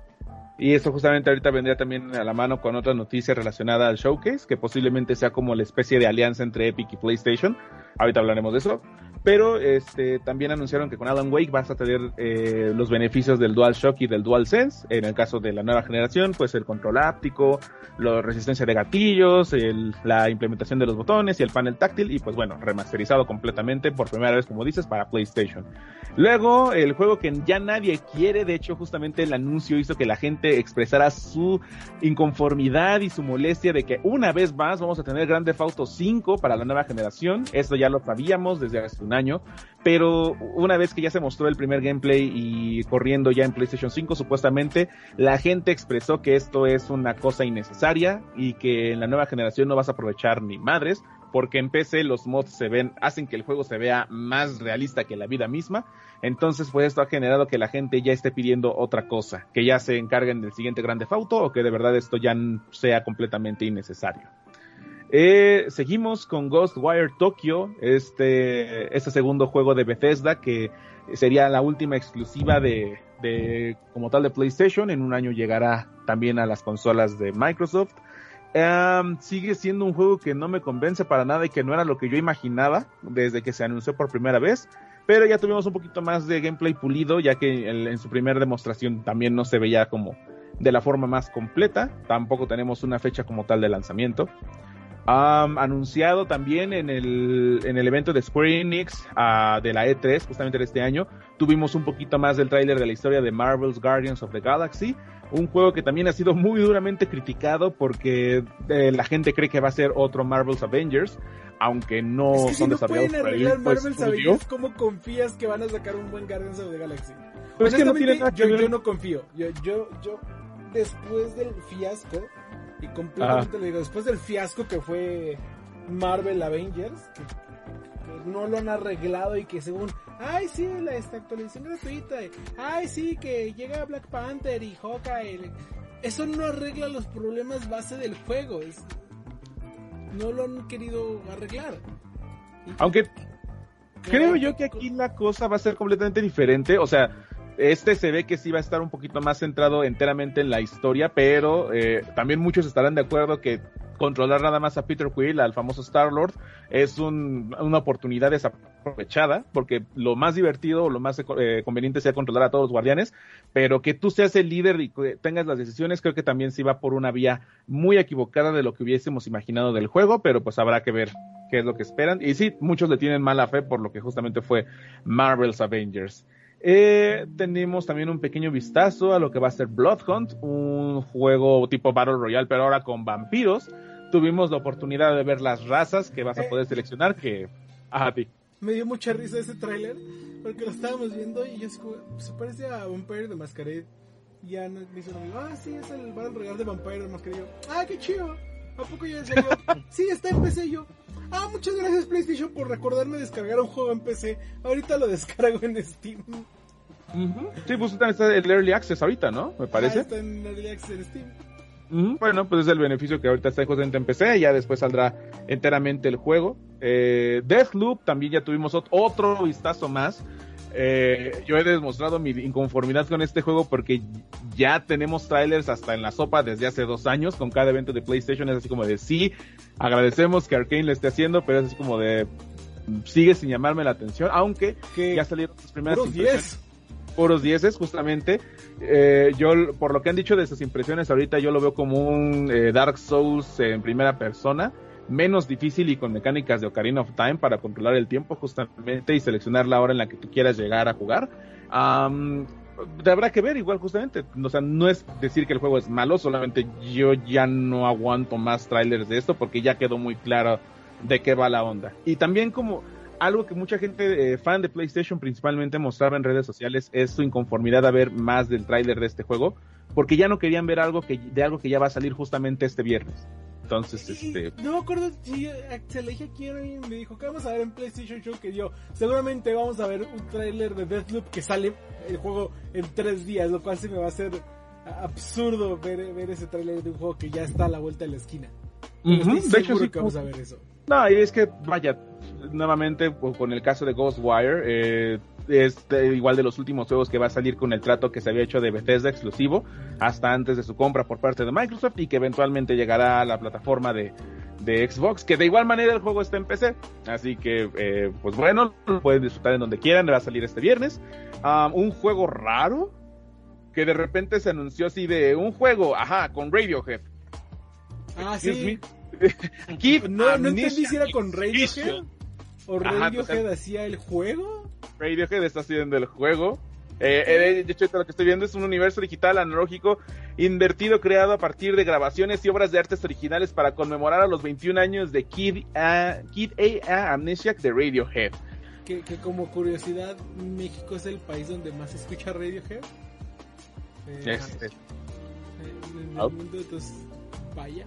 Y esto justamente ahorita vendría también a la mano con otra noticia relacionada al showcase, que posiblemente sea como la especie de alianza entre Epic y PlayStation. Ahorita hablaremos de eso. Pero este también anunciaron que con Alan Wake vas a tener eh, los beneficios del DualShock y del DualSense. En el caso de la nueva generación, pues el control áptico, la resistencia de gatillos, el, la implementación de los botones y el panel táctil. Y pues bueno, remasterizado completamente por primera vez, como dices, para PlayStation. Luego, el juego que ya nadie quiere, de hecho justamente el anuncio hizo que la gente expresara su inconformidad y su molestia de que una vez más vamos a tener Grand Theft Auto cinco para la nueva generación. Esto ya lo sabíamos desde hace un año, pero una vez que ya se mostró el primer gameplay y corriendo ya en PlayStation cinco, supuestamente la gente expresó que esto es una cosa innecesaria y que en la nueva generación no vas a aprovechar ni madres, porque en P C los mods se ven, hacen que el juego se vea más realista que la vida misma. Entonces pues esto ha generado que la gente ya esté pidiendo otra cosa, que ya se encarguen del siguiente Grand Theft Auto o que de verdad esto ya sea completamente innecesario. Eh, seguimos con Ghostwire Tokyo, este, este segundo juego de Bethesda que sería la última exclusiva de, de como tal de PlayStation. En un año llegará también a las consolas de Microsoft. Um, sigue siendo un juego que no me convence para nada y que no era lo que yo imaginaba desde que se anunció por primera vez, pero ya tuvimos un poquito más de gameplay pulido, ya que en, en su primera demostración también no se veía como de la forma más completa. Tampoco tenemos una fecha como tal de lanzamiento. Um, anunciado también en el, en el evento de Square Enix uh, de la E tres, justamente de este año, tuvimos un poquito más del tráiler de la historia de Marvel's Guardians of the Galaxy, un juego que también ha sido muy duramente criticado porque eh, la gente cree que va a ser otro Marvel's Avengers, aunque no es que son si no desarrollados pueden por el arreglar mismo Marvel's estudio. Avengers, ¿cómo confías que van a sacar un buen Guardians of the Galaxy? Pero es que no Honestamente, tiene nada que yo, ver. yo no confío. Yo, yo, yo, después del fiasco, y completamente Ajá. lo digo, después del fiasco que fue Marvel Avengers, que, que no lo han arreglado y que según, ay sí, la esta actualización gratuita, y, ay sí, que llega Black Panther y Hawkeye, eso no arregla los problemas base del juego, es, no lo han querido arreglar. Y, Aunque creo claro, yo que aquí la cosa va a ser completamente diferente, o sea, este se ve que sí va a estar un poquito más centrado enteramente en la historia, pero eh, también muchos estarán de acuerdo que controlar nada más a Peter Quill, al famoso Star-Lord, es un, una oportunidad desaprovechada, porque lo más divertido o lo más eh, conveniente sea controlar a todos los guardianes, pero que tú seas el líder y que tengas las decisiones, creo que también sí va por una vía muy equivocada de lo que hubiésemos imaginado del juego, pero pues habrá que ver qué es lo que esperan. Y sí, muchos le tienen mala fe por lo que justamente fue Marvel's Avengers. Eh, tenemos también un pequeño vistazo a lo que va a ser Bloodhunt, un juego tipo Battle Royale, pero ahora con vampiros. Tuvimos la oportunidad de ver las razas que vas a poder seleccionar, que... Ajá, ti. Me dio mucha risa ese tráiler, porque lo estábamos viendo y yo así como, se parece a Vampire the Masquerade. Y ya me dice un amigo, ah, sí, es el Battle Royale de Vampire the Masquerade. Y yo, ah, qué chido. ¿A poco ya salió? Sí, está en P C. Yo, ah, muchas gracias PlayStation por recordarme descargar un juego en P C. Ahorita lo descargo en Steam. Uh-huh. Sí, pues está el Early Access ahorita, ¿no? Me parece. Ah, está en Early Access en Steam. Uh-huh. Bueno, pues es el beneficio que ahorita está justamente en P C, ya después saldrá enteramente el juego. Eh, Deathloop, también ya tuvimos ot- otro vistazo más. Eh, yo he demostrado mi inconformidad con este juego porque ya tenemos trailers hasta en la sopa desde hace dos años con cada evento de PlayStation. Es así como de sí, agradecemos que Arkane lo esté haciendo, pero es así como de sigue sin llamarme la atención, aunque que ya salieron las primeras puros impresiones. diez. Puros dieces, justamente. Eh, yo, por lo que han dicho de sus impresiones ahorita, yo lo veo como un eh, Dark Souls en primera persona, menos difícil y con mecánicas de Ocarina of Time para controlar el tiempo justamente y seleccionar la hora en la que tú quieras llegar a jugar. Um, habrá que ver igual justamente, o sea, no es decir que el juego es malo, solamente yo ya no aguanto más trailers de esto porque ya quedó muy claro de qué va la onda. Y también como algo que mucha gente eh, fan de PlayStation principalmente mostraba en redes sociales es su inconformidad a ver más del tráiler de este juego, porque ya no querían ver algo que de algo que ya va a salir justamente este viernes. Entonces, Y, este... no me acuerdo si se le dije a quién y me dijo que vamos a ver en PlayStation Show que yo, seguramente vamos a ver un tráiler de Deathloop que sale el juego en tres días, lo cual se me va a hacer absurdo ver, ver ese tráiler de un juego que ya está a la vuelta de la esquina. Uh-huh. Estoy De seguro hecho, sí, que vamos a ver eso. No, y es que, vaya, nuevamente con el caso de Ghostwire, eh, es de, igual de los últimos juegos que va a salir con el trato que se había hecho de Bethesda exclusivo, hasta antes de su compra por parte de Microsoft, y que eventualmente llegará a la plataforma de, de Xbox, que de igual manera el juego está en P C, así que, eh, pues bueno, lo pueden disfrutar en donde quieran, va a salir este viernes. Um, un juego raro, que de repente se anunció así de un juego, ajá, con Radiohead. Ah, Excuse sí. me. Kid No, no entendí Amnesia si era con Radiohead Edition. o Ajá, Radiohead total. hacía el juego. Radiohead está haciendo el juego. Eh, eh, de hecho, lo que estoy viendo es un universo digital analógico invertido creado a partir de grabaciones y obras de artes originales para conmemorar a los veintiún años de Kid A, Kid A Amnesiac de Radiohead. Que, que como curiosidad, México es el país donde más se escucha Radiohead. Eh, Este, en el Oh. mundo, entonces, vaya.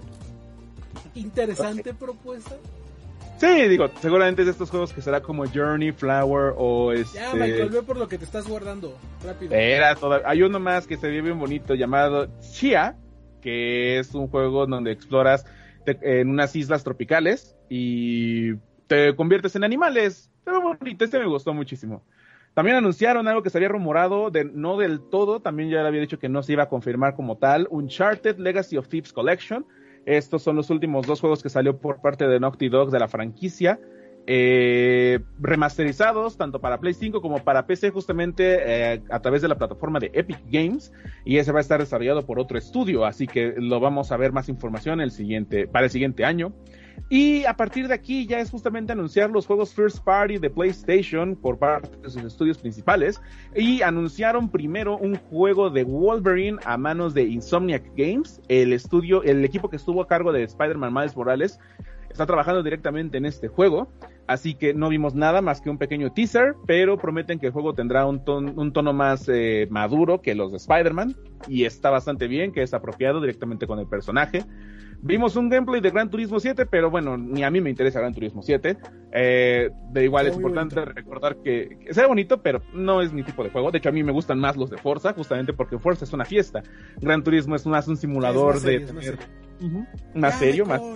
Interesante propuesta. sí, digo, seguramente es de estos juegos que será como Journey, Flower o este... Ya, Michael, ve por lo que te estás guardando. Rápido. Era toda... Hay uno más que se ve bien bonito llamado Chia, que es un juego donde exploras te- en unas islas tropicales y te conviertes en animales. Se ve bonito, este me gustó muchísimo. También anunciaron algo que se había rumorado, de, no del todo, también ya le había dicho que no se iba a confirmar como tal, Uncharted Legacy of Thieves Collection. Estos son los últimos dos juegos que salió por parte de Naughty Dog de la franquicia, eh, remasterizados tanto para Play cinco como para P C, justamente eh, a través de la plataforma de Epic Games, y ese va a estar desarrollado por otro estudio, así que lo vamos a ver más información el siguiente, para el siguiente año. Y a partir de aquí ya es justamente anunciar los juegos First Party de PlayStation por parte de sus estudios principales. Y anunciaron primero un juego de Wolverine a manos de Insomniac Games. El estudio, el equipo que estuvo a cargo de Spider-Man Miles Morales está trabajando directamente en este juego. Así que no vimos nada más que un pequeño teaser, pero prometen que el juego tendrá un, ton, un tono más eh, maduro que los de Spider-Man. Y está bastante bien, que es apropiado directamente con el personaje. Vimos un gameplay de Gran Turismo siete, pero bueno, ni a mí me interesa Gran Turismo siete. Eh, de igual es importante bonito. recordar que, que sea bonito, pero no es mi tipo de juego. De hecho, a mí me gustan más los de Forza, justamente porque Forza es una fiesta. Gran Turismo es más un simulador es más serio, de tener... Más serio, uh-huh, más, serio más...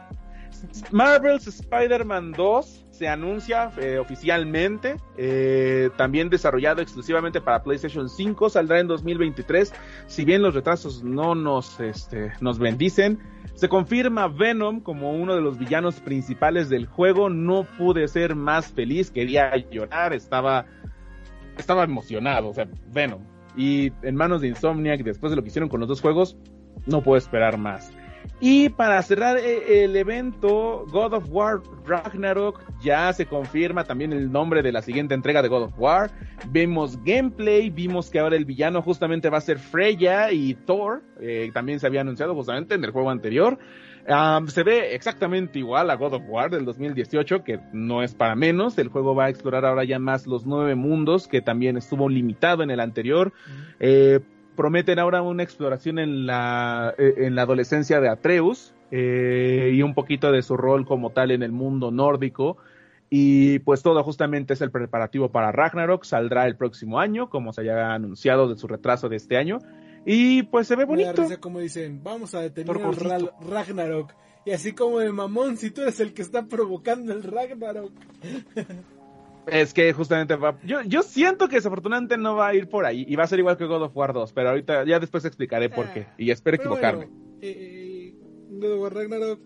Marvel's Spider-Man dos se anuncia eh, oficialmente, eh, también desarrollado exclusivamente para PlayStation cinco, saldrá en dos mil veintitrés, si bien los retrasos no nos, este, nos bendicen. Se confirma Venom como uno de los villanos principales del juego. No pude ser más feliz, quería llorar, estaba, estaba emocionado, o sea, Venom. Y en manos de Insomniac, después de lo que hicieron con los dos juegos, no puedo esperar más. Y para cerrar el evento, God of War Ragnarok, ya se confirma también el nombre de la siguiente entrega de God of War. Vemos gameplay, vimos que ahora el villano justamente va a ser Freya y Thor, eh, también se había anunciado justamente en el juego anterior. Um, se ve exactamente igual a God of War del dos mil dieciocho, que no es para menos. El juego va a explorar ahora ya más los nueve mundos, que también estuvo limitado en el anterior. Mm-hmm. Eh, Prometen ahora una exploración en la, en la adolescencia de Atreus, eh, y un poquito de su rol como tal en el mundo nórdico. Y pues todo justamente es el preparativo para Ragnarok. Saldrá el próximo año, como se haya anunciado de su retraso de este año. Y pues se ve bonito. Me da como dicen, vamos a detener el Ra- Ragnarok. Y así como de mamón, si tú eres el que está provocando el Ragnarok. Es que justamente va, yo, yo siento que desafortunadamente no va a ir por ahí y va a ser igual que God of War dos, pero ahorita ya después explicaré por qué y espero pero equivocarme. Bueno, eh, God of War Ragnarok,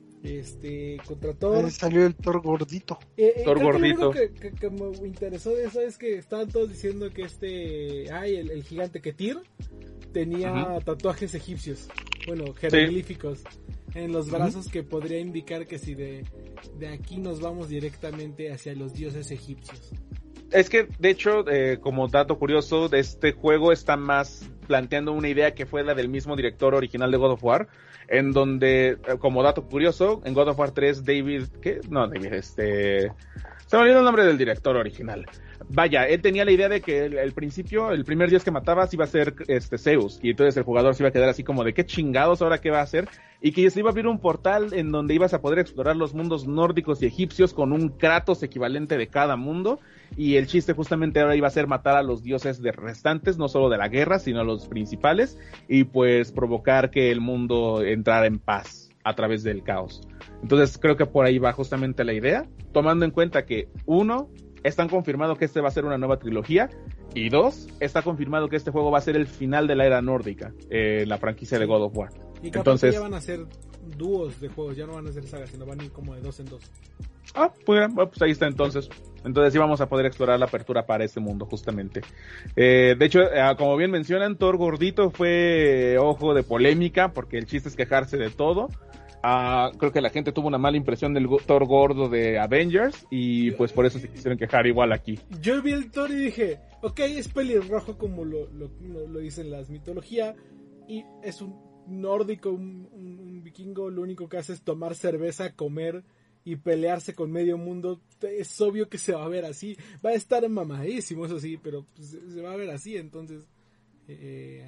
este, contra Thor. Ahí salió el Thor gordito. Eh, eh, Thor gordito. Lo que, que, que me interesó de eso es que estaban todos diciendo que este, ay, el, el gigante Ketir tenía uh-huh. tatuajes egipcios, bueno, jeroglíficos. Sí. En los brazos, uh-huh. que podría indicar que si de, de aquí nos vamos directamente hacia los dioses egipcios. Es que, de hecho, eh, como dato curioso, de este juego está más planteando una idea que fue la del mismo director original de God of War, en donde, como dato curioso, en God of War tres, David, ¿qué? No, David, este... se me olvidó el nombre del director original. Vaya, él tenía la idea de que el, el principio, el primer dios que matabas iba a ser este Zeus, y entonces el jugador se iba a quedar así como de qué chingados, ahora qué va a hacer, y que se iba a abrir un portal en donde ibas a poder explorar los mundos nórdicos y egipcios con un Kratos equivalente de cada mundo, y el chiste justamente ahora iba a ser matar a los dioses de restantes, no solo de la guerra, sino a los principales, y pues provocar que el mundo entrara en paz a través del caos. Entonces creo que por ahí va justamente la idea, tomando en cuenta que uno, están confirmado que este va a ser una nueva trilogía, y dos, está confirmado que este juego va a ser el final de la era nórdica, eh, la franquicia de God of War. Y capaz Entonces, ya van a ser dúos de juegos, ya no van a ser sagas, sino van a ir como de dos en dos. Ah, pues, bueno, pues ahí está entonces. Entonces sí vamos a poder explorar la apertura para este mundo, justamente. Eh, de hecho, eh, como bien mencionan, Thor gordito fue ojo de polémica, porque el chiste es quejarse de todo. Uh, creo que la gente tuvo una mala impresión del Thor gordo de Avengers y pues por eso se quisieron quejar igual aquí. Yo vi el Thor y dije, ok, es pelirrojo como lo, lo, lo, lo dicen las mitologías y es un nórdico, un, un, un vikingo, lo único que hace es tomar cerveza, comer y pelearse con medio mundo. Es obvio que se va a ver así, va a estar mamadísimo, eso sí, pero pues, se va a ver así, entonces... Eh...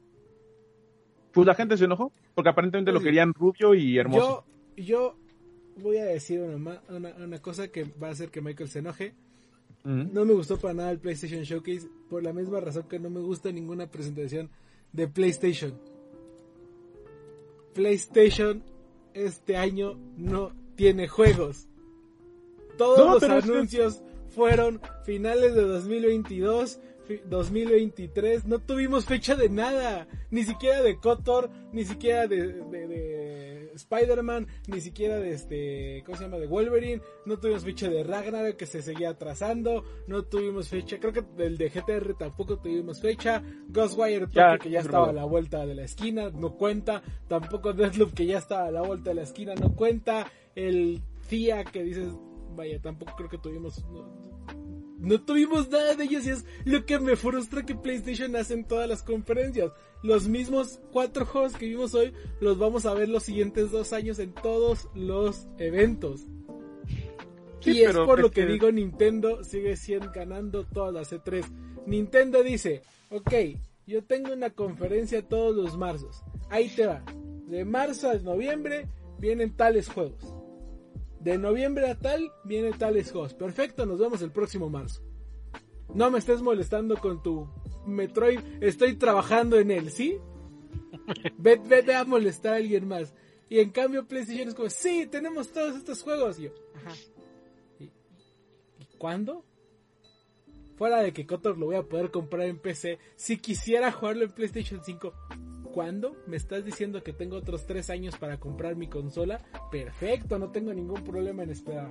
Pues la gente se enojó, porque aparentemente pues lo querían rubio y hermoso. Yo, yo voy a decir una, una, una cosa que va a hacer que Michael se enoje. Uh-huh. No me gustó para nada el PlayStation Showcase, por la misma razón que no me gusta ninguna presentación de PlayStation. PlayStation este año no tiene juegos. Todos no, los anuncios es... fueron finales de dos mil veintidós, dos mil veintitrés, no tuvimos fecha de nada, ni siquiera de KOTOR, ni siquiera de, de, de Spider-Man, ni siquiera de este, ¿cómo se llama? De Wolverine, no tuvimos fecha de Ragnarok que se seguía atrasando, no tuvimos fecha, creo que del de G T R tampoco tuvimos fecha, Ghostwire Tokyo que ya estaba a la vuelta de la esquina, no cuenta, tampoco Deathloop que ya estaba a la vuelta de la esquina, no cuenta, el T I A que dices, vaya, tampoco creo que tuvimos... No, No tuvimos nada de ellos y es lo que me frustra que PlayStation hace en todas las conferencias. Los mismos cuatro juegos que vimos hoy los vamos a ver los siguientes dos años en todos los eventos. Sí, y es por lo que, que digo, Nintendo sigue siendo ganando todas las E tres. Nintendo dice, ok, yo tengo una conferencia todos los marzos. Ahí te va. De marzo a noviembre vienen tales juegos. De noviembre a tal, vienen tales juegos. Perfecto, nos vemos el próximo marzo. No me estés molestando con tu Metroid. Estoy trabajando en él, ¿sí? Vete, vete a molestar a alguien más. Y en cambio PlayStation es como, sí, tenemos todos estos juegos. Y yo, ajá. ¿Y, ¿Y cuándo? Fuera de que KOTOR lo voy a poder comprar en P C. Si quisiera jugarlo en PlayStation cinco... ¿Cuándo? ¿Me estás diciendo que tengo otros tres años para comprar mi consola? Perfecto, no tengo ningún problema en esperar.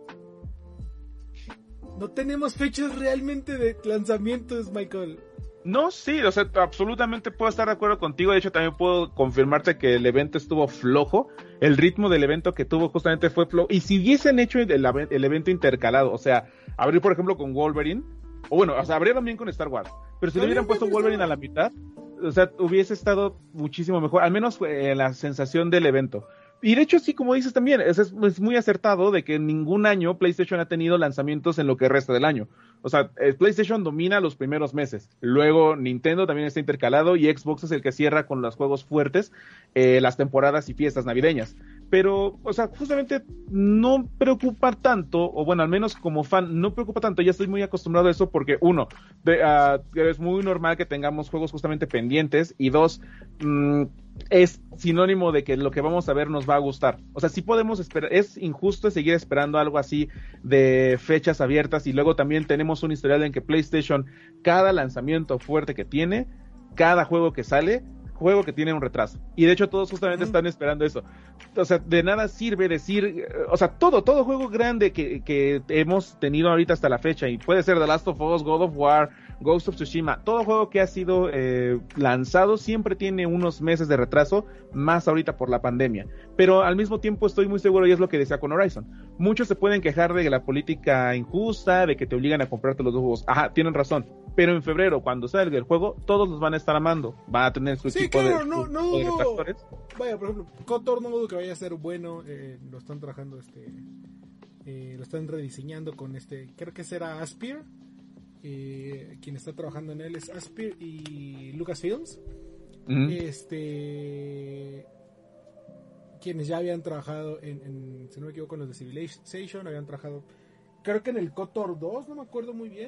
No tenemos fechas realmente de lanzamientos, Michael. No, sí, o sea, absolutamente puedo estar de acuerdo contigo. De hecho, también puedo confirmarte que el evento estuvo flojo. El ritmo del evento que tuvo justamente fue flojo. Y si hubiesen hecho el, el evento intercalado, o sea, abrir por ejemplo con Wolverine, o bueno, o sea, abrieron bien con Star Wars, pero si le hubieran puesto Wolverine a la mitad, o sea, hubiese estado muchísimo mejor, al menos fue eh, la sensación del evento. Y de hecho, sí, como dices también, es, es muy acertado de que ningún año PlayStation ha tenido lanzamientos en lo que resta del año. O sea, PlayStation domina los primeros meses, luego Nintendo también está intercalado y Xbox es el que cierra con los juegos fuertes eh, las temporadas y fiestas navideñas. Pero, o sea, justamente no preocupa tanto, o bueno, al menos como fan, no preocupa tanto, ya estoy muy acostumbrado a eso porque, uno, de, uh, es muy normal que tengamos juegos justamente pendientes, y dos, mmm, es sinónimo de que lo que vamos a ver nos va a gustar. O sea, sí podemos esperar, es injusto seguir esperando algo así de fechas abiertas, y luego también tenemos un historial en que PlayStation, cada lanzamiento fuerte que tiene, cada juego que sale, juego que tiene un retraso, y de hecho todos justamente uh-huh. están esperando eso. O sea, de nada sirve decir, o sea, todo, todo juego grande que, que hemos tenido ahorita hasta la fecha, y puede ser The Last of Us, God of War, Ghost of Tsushima, todo juego que ha sido eh, lanzado siempre tiene unos meses de retraso, más ahorita por la pandemia. Pero al mismo tiempo estoy muy seguro, y es lo que decía con Horizon, muchos se pueden quejar de la política injusta, de que te obligan a comprarte los dos juegos. Ajá, tienen razón, pero en febrero, cuando salga el juego, todos los van a estar amando, van a tener su sí, equipo claro, de, no, su, no de dudo, retractores. Vaya, por ejemplo, KOTOR no dudo que vaya a ser bueno, eh, lo están trabajando, este eh, lo están rediseñando con este, creo que será Aspyr, eh, quien está trabajando en él es Aspyr y Lucasfilms, uh-huh. este quienes ya habían trabajado en, en, si no me equivoco, en los de Civilization, habían trabajado, creo que en el KOTOR dos, no me acuerdo muy bien,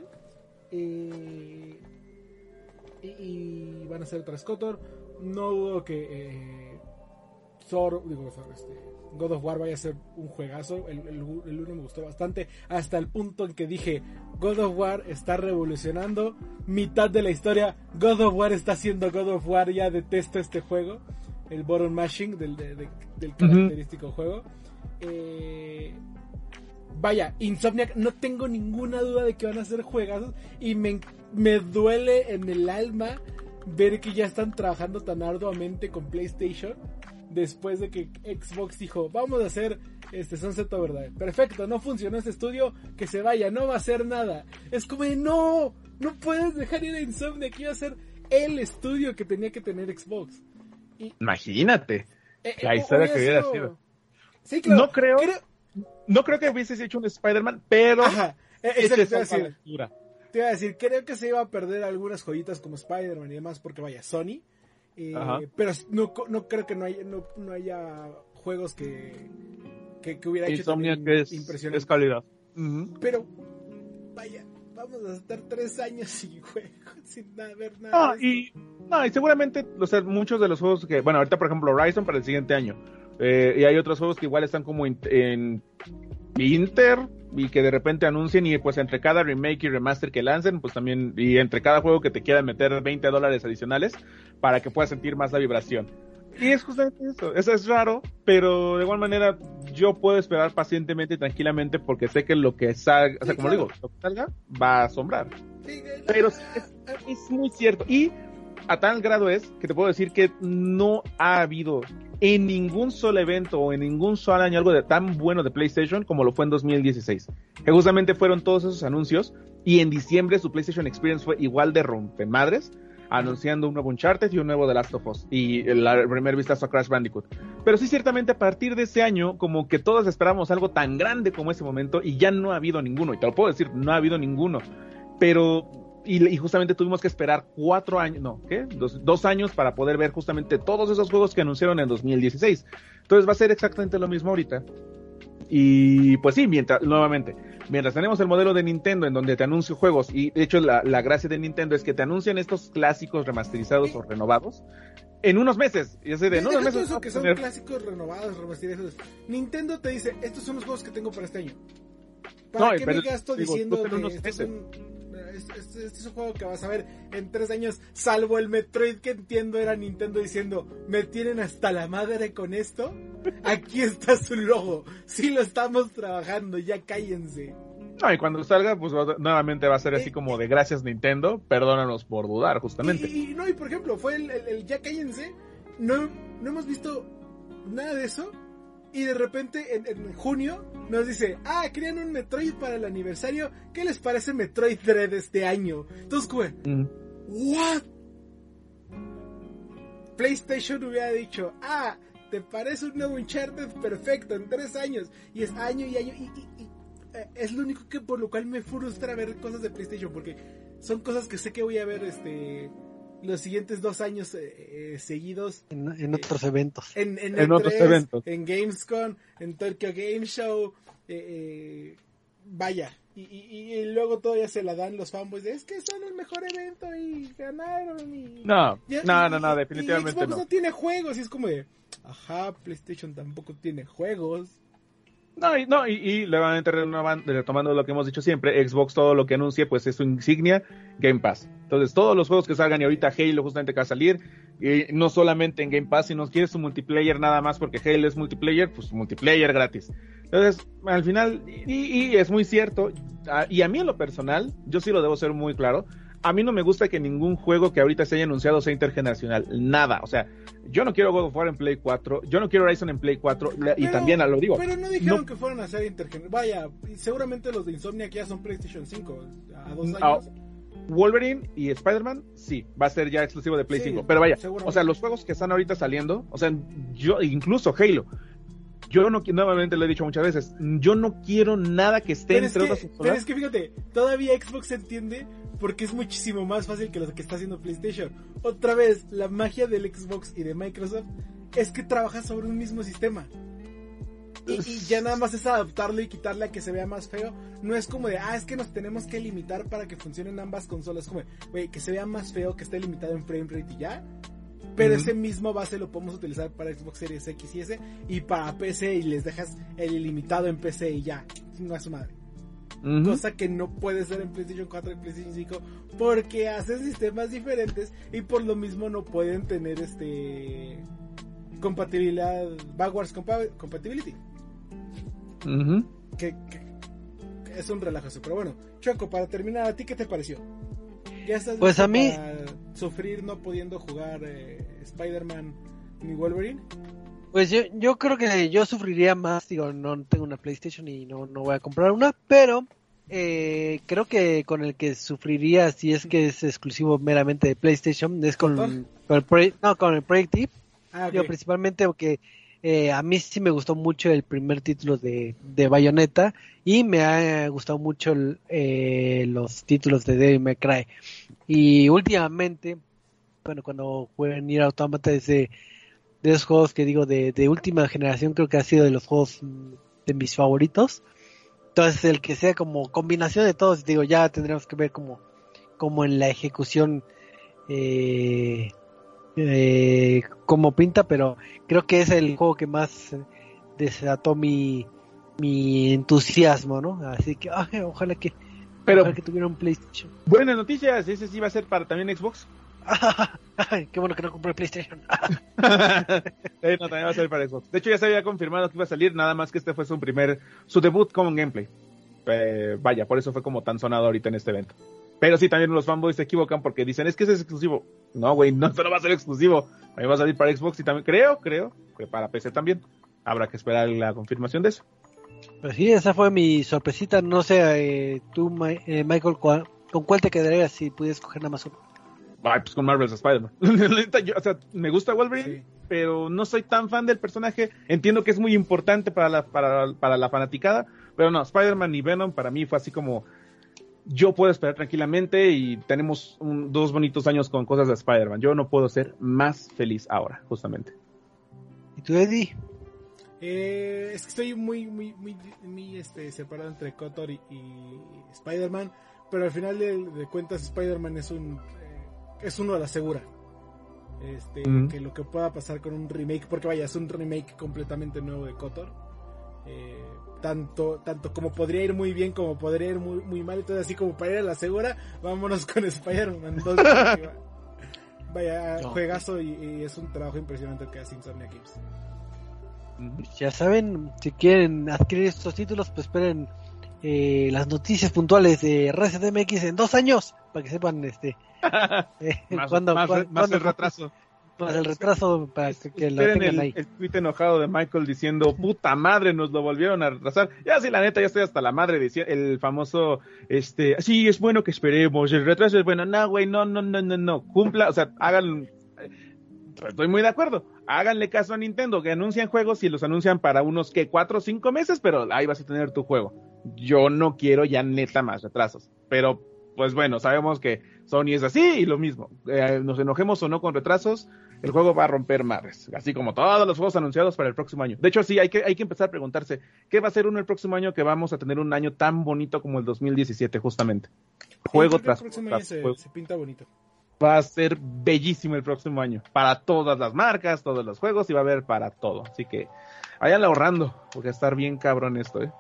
eh, y, y van a ser tras KOTOR. No dudo que eh, Thor, digo, este, God of War vaya a ser un juegazo. El, el, el uno me gustó bastante, hasta el punto en que dije, God of War está revolucionando mitad de la historia. God of War está haciendo God of War, ya detesto este juego, el button mashing del, de, de, del característico uh-huh. juego. eh, Vaya, Insomniac, no tengo ninguna duda de que van a ser juegazos, y me, me duele en el alma ver que ya están trabajando tan arduamente con PlayStation después de que Xbox dijo, vamos a hacer este Sunset Overdrive. Perfecto, no funcionó este estudio, que se vaya, no va a hacer nada. Es como de, no, no puedes dejar ir a Insomniac, que iba a ser el estudio que tenía que tener Xbox. Y, Imagínate eh, la historia que hubiera sido. Sí, claro. No creo, creo... no creo que hubieses hecho un Spider-Man, pero Ajá, esa es es la altura. Te iba a decir, creo que se iba a perder algunas joyitas como Spider-Man y demás, porque vaya, Sony, eh, pero no, no creo que no haya, no, no haya juegos que, que, que hubiera hecho Insomniac es, impresionante. Es calidad. Uh-huh. Pero, vaya, vamos a estar tres años sin juegos, sin ver nada. No, y, no, y seguramente, o sea, muchos de los juegos que, bueno, ahorita por ejemplo Horizon para el siguiente año, eh, y hay otros juegos que igual están como in, en Inter, y que de repente anuncien, y pues entre cada remake y remaster que lancen, pues también, y entre cada juego que te quieran meter veinte dólares adicionales para que puedas sentir más la vibración. Y es justamente eso, eso es raro, pero de igual manera yo puedo esperar pacientemente y tranquilamente porque sé que lo que salga, o sea, Sí, como claro. digo, lo que salga va a asombrar. Sí, Pero sí, es, es muy cierto. Y a tal grado es que te puedo decir que no ha habido en ningún solo evento o en ningún solo año algo de tan bueno de PlayStation como lo fue en dos mil dieciséis. Que justamente fueron todos esos anuncios y en diciembre su PlayStation Experience fue igual de rompemadres, anunciando un nuevo Uncharted y un nuevo The Last of Us y el, el primer vistazo a Crash Bandicoot. Pero sí, ciertamente a partir de ese año, como que todos esperamos algo tan grande como ese momento y ya no ha habido ninguno. Y te lo puedo decir, no ha habido ninguno. Pero, y, y justamente tuvimos que esperar cuatro años, no, ¿qué? Dos, dos años para poder ver justamente todos esos juegos que anunciaron en dos mil dieciséis. Entonces va a ser exactamente lo mismo ahorita. Y pues sí, mientras, nuevamente, mientras tenemos el modelo de Nintendo en donde te anuncio juegos, y de hecho la, la gracia de Nintendo es que te anuncian estos clásicos remasterizados o renovados en unos meses. Y así de, en unos Deja tú meses eso que son tener... clásicos renovados, remasterizados. Nintendo te dice, estos son los juegos que tengo para este año. No, ¿Para qué pero, me gasto digo, diciendo tú ten que unos esto es, meses. un, este, este- este es un juego que vas a ver en tres años, salvo el Metroid que entiendo era Nintendo diciendo, me tienen hasta la madre con esto? Aquí está su logo, sí lo estamos trabajando, ya cállense. No, y cuando salga, pues va- nuevamente va a ser así Eh, como de gracias Nintendo, perdónanos por dudar, justamente. Y, y- y no, y por ejemplo, fue el, el- el ya cállense, no, no hemos visto nada de eso. Y de repente en, en junio nos dice, ah, crean un Metroid para el aniversario. ¿Qué les parece Metroid Dread este año? Entonces, güey, Mm. ¿what? PlayStation hubiera dicho, ah, ¿te parece un nuevo Uncharted? Perfecto, en tres años. Y es año y año. Y, y- y, eh, es lo único que por lo cual me frustra ver cosas de PlayStation. Porque son cosas que sé que voy a ver este los siguientes dos años eh, eh, seguidos. En, en otros eventos. En, en, En E tres, otros eventos. en Gamescom, en Tokyo Game Show, eh, eh, vaya, y, y, y luego todavía se la dan los fanboys de, es que son el mejor evento y ganaron y... No, Ya- no, y- no, no, y- definitivamente y Xbox no. no tiene juegos y es como de, ajá, PlayStation tampoco tiene juegos. No, y, no, y, y nuevamente renovan- retomando lo que hemos dicho siempre, Xbox todo lo que anuncie pues es su insignia, Game Pass. Entonces todos los juegos que salgan y ahorita Halo justamente que va a salir, y no solamente en Game Pass, sino quieres su multiplayer nada más porque Halo es multiplayer, pues multiplayer gratis. Entonces, al final, y, y es muy cierto, a- y a mí en lo personal, yo sí lo debo ser muy claro, a mí no me gusta que ningún juego que ahorita se haya anunciado sea intergeneracional, nada, o sea, yo no quiero God of War en Play cuatro, yo no quiero Horizon en Play cuatro, la- y Pero- también lo digo. Pero no dijeron no- que fueran a ser intergeneracionales. Vaya, y seguramente los de Insomniac ya son PlayStation cinco a dos Ah, años. Wolverine y Spider-Man, sí, va a ser ya exclusivo de Play Sí, cinco. Pero vaya, seguramente. o sea, los juegos que están ahorita saliendo, o sea, yo, incluso Halo, yo no, nuevamente lo he dicho muchas veces, yo no quiero nada que esté Pero es, entre que, otras pero consolas. es que fíjate, todavía Xbox se entiende porque es muchísimo más fácil que lo que está haciendo PlayStation. Otra vez, la magia del Xbox y de Microsoft es que trabaja sobre un mismo sistema. Y, y ya nada más es adaptarlo y quitarle a que se vea más feo. No es como de, ah, es que nos tenemos que limitar para que funcionen ambas consolas. Como, güey, que se vea más feo, que esté limitado en frame rate y ya. Pero Ujú. ese mismo base lo podemos utilizar para Xbox Series X y S y para P C y les dejas el ilimitado en P C y ya. No es su madre. Ujú. Cosa que no puede ser en PlayStation cuatro y PlayStation cinco porque hacen sistemas diferentes y por lo mismo no pueden tener este compatibilidad, backwards compa- compatibility. Ujú. Que, que- que es un relajo eso. Pero bueno, Choco, para terminar, ¿a ti qué te pareció? ¿Ya estás Pues listo a mí- para sufrir no pudiendo jugar eh, Spider-Man ni Wolverine? Pues yo, yo creo que yo sufriría más, digo, no tengo una PlayStation y no, no voy a comprar una, pero eh, creo que con el que sufriría si es que es exclusivo meramente de PlayStation es con, ¿Con? con el Project, no, con el Project Eve. Ah, ok. Yo principalmente porque eh, a mí sí me gustó mucho el primer título de, de Bayonetta y me ha gustado mucho el, eh, los títulos de Devil May Cry. Y últimamente, bueno, cuando jugué en Nier Automata es de, de esos juegos que digo de, de última generación, creo que ha sido de los juegos mm, de mis favoritos. Entonces el que sea como combinación de todos, digo, ya tendremos que ver como, como en la ejecución eh, eh, como pinta, pero creo que es el juego que más eh, desató mi, mi entusiasmo, ¿no? Así que ay, ojalá que Pero ojalá que tuviera un PlayStation. buenas noticias, ese sí va a ser para también Xbox. Ay, qué bueno que no compré PlayStation. eh, no, también va a salir para Xbox. De hecho, ya se había confirmado que iba a salir, nada más que este fue su primer, su debut como gameplay. Eh, vaya, por eso fue como tan sonado ahorita en este evento. Pero sí, también los fanboys se equivocan porque dicen, es que ese es exclusivo. No, güey, no solo va a ser exclusivo. También va a salir para Xbox y también, creo, creo, que para P C también. Habrá que esperar la confirmación de eso. Pues sí, esa fue mi sorpresita. No sé, eh, tú, Ma- eh, Michael, ¿cuál, ¿con cuál te quedarías si pudieras escoger nada más uno? Ay, pues con Marvel's Spider-Man. Yo, o sea, me gusta Wolverine, sí, pero no soy tan fan del personaje. Entiendo que es muy importante para la, para, para la fanaticada, pero no, Spider-Man y Venom para mí fue así como... Yo puedo esperar tranquilamente y tenemos un, dos bonitos años con cosas de Spider-Man. Yo no puedo ser más feliz ahora, justamente. ¿Y tú, Eddie? Eh, es que estoy muy, muy, muy, muy este, separado entre Kotor y, y Spider-Man, pero al final de, de cuentas Spider-Man es un eh, es uno de la segura. Este, mm. Que lo que pueda pasar con un remake, porque vaya, es un remake completamente nuevo de Kotor. Eh, tanto tanto como podría ir muy bien como podría ir muy, muy mal, entonces así como para ir a la segura, vámonos con Spider-Man dos. Vaya, no. Juegazo y, y es un trabajo impresionante el que hace Insomniac Games. Ya saben, si quieren adquirir estos títulos, pues esperen eh, las noticias puntuales de R C T M X en dos años, para que sepan este eh, más, cuándo, más, cuándo, más el retraso. Más el retraso para que, que lo tengan el, ahí. El tweet enojado de Michael diciendo, puta madre, nos lo volvieron a retrasar. Ya sí, la neta, ya estoy hasta la madre, decía el famoso, este, sí, es bueno que esperemos, el retraso es bueno. No, güey, no, no, no, no, no, cumpla, o sea, hagan, estoy muy de acuerdo, háganle caso a Nintendo, que anuncian juegos y los anuncian para unos, que cuatro o cinco meses, pero ahí vas a tener tu juego. Yo no quiero ya neta más retrasos, pero pues bueno, sabemos que Sony es así y lo mismo, eh, nos enojemos o no con retrasos, el juego va a romper madres, así como todos los juegos anunciados para el próximo año. De hecho, sí, hay que, hay que empezar a preguntarse, ¿qué va a ser uno el próximo año que vamos a tener un año tan bonito como el dos mil diecisiete, justamente? Juego sí, tras, el próximo tras año juego. Se, se pinta bonito. Va a ser bellísimo el próximo año, para todas las marcas, todos los juegos, y va a haber para todo. Así que, vayan ahorrando, porque va a estar bien cabrón esto, ¿eh?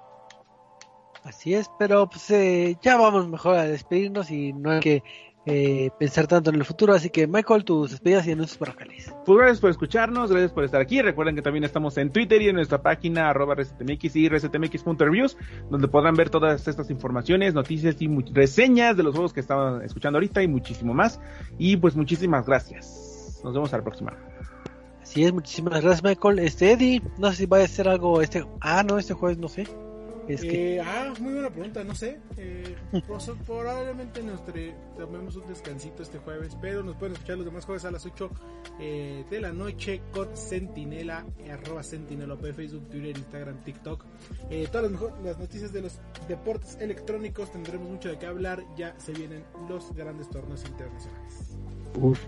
Así es, pero pues eh, ya vamos mejor a despedirnos y no hay que eh, pensar tanto en el futuro, así que Michael, tus despedidas y anuncios parroquiales. Pues gracias por escucharnos, gracias por estar aquí. Recuerden que también estamos en Twitter y en nuestra página arroba RCTMX y RCTMX punto reviews, donde podrán ver todas estas informaciones, noticias y mu- reseñas de los juegos que estaban escuchando ahorita y muchísimo más. Y pues muchísimas gracias. Nos vemos a la próxima. Así es, muchísimas gracias, Michael. Este Eddie, no sé si va a hacer algo este, ah no, este jueves no sé. Es eh, que... Ah, muy buena pregunta, no sé. Eh, pues, probablemente nos tre- tomemos un descansito este jueves, pero nos pueden escuchar los demás jueves a las ocho eh, de la noche con Sentinela, arroba Sentinelop, Facebook, Twitter, Instagram, TikTok. Eh, todas las, mejor, las noticias de los deportes electrónicos, tendremos mucho de qué hablar. Ya se vienen los grandes torneos internacionales. Uf.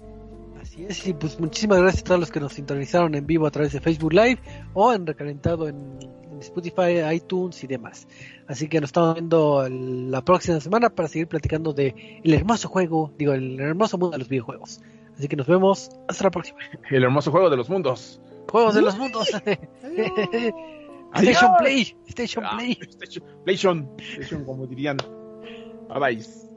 Así es, y pues muchísimas gracias a todos los que nos sintonizaron en vivo a través de Facebook Live o en recalentado en, en Spotify, iTunes y demás. Así que nos estamos viendo la próxima semana para seguir platicando de el hermoso juego, digo, el hermoso mundo de los videojuegos. Así que nos vemos hasta la próxima. El hermoso juego de los mundos. Juegos de los mundos. Station Play, Station ah, Play. Station, Station, Station, como dirían. Bye bye.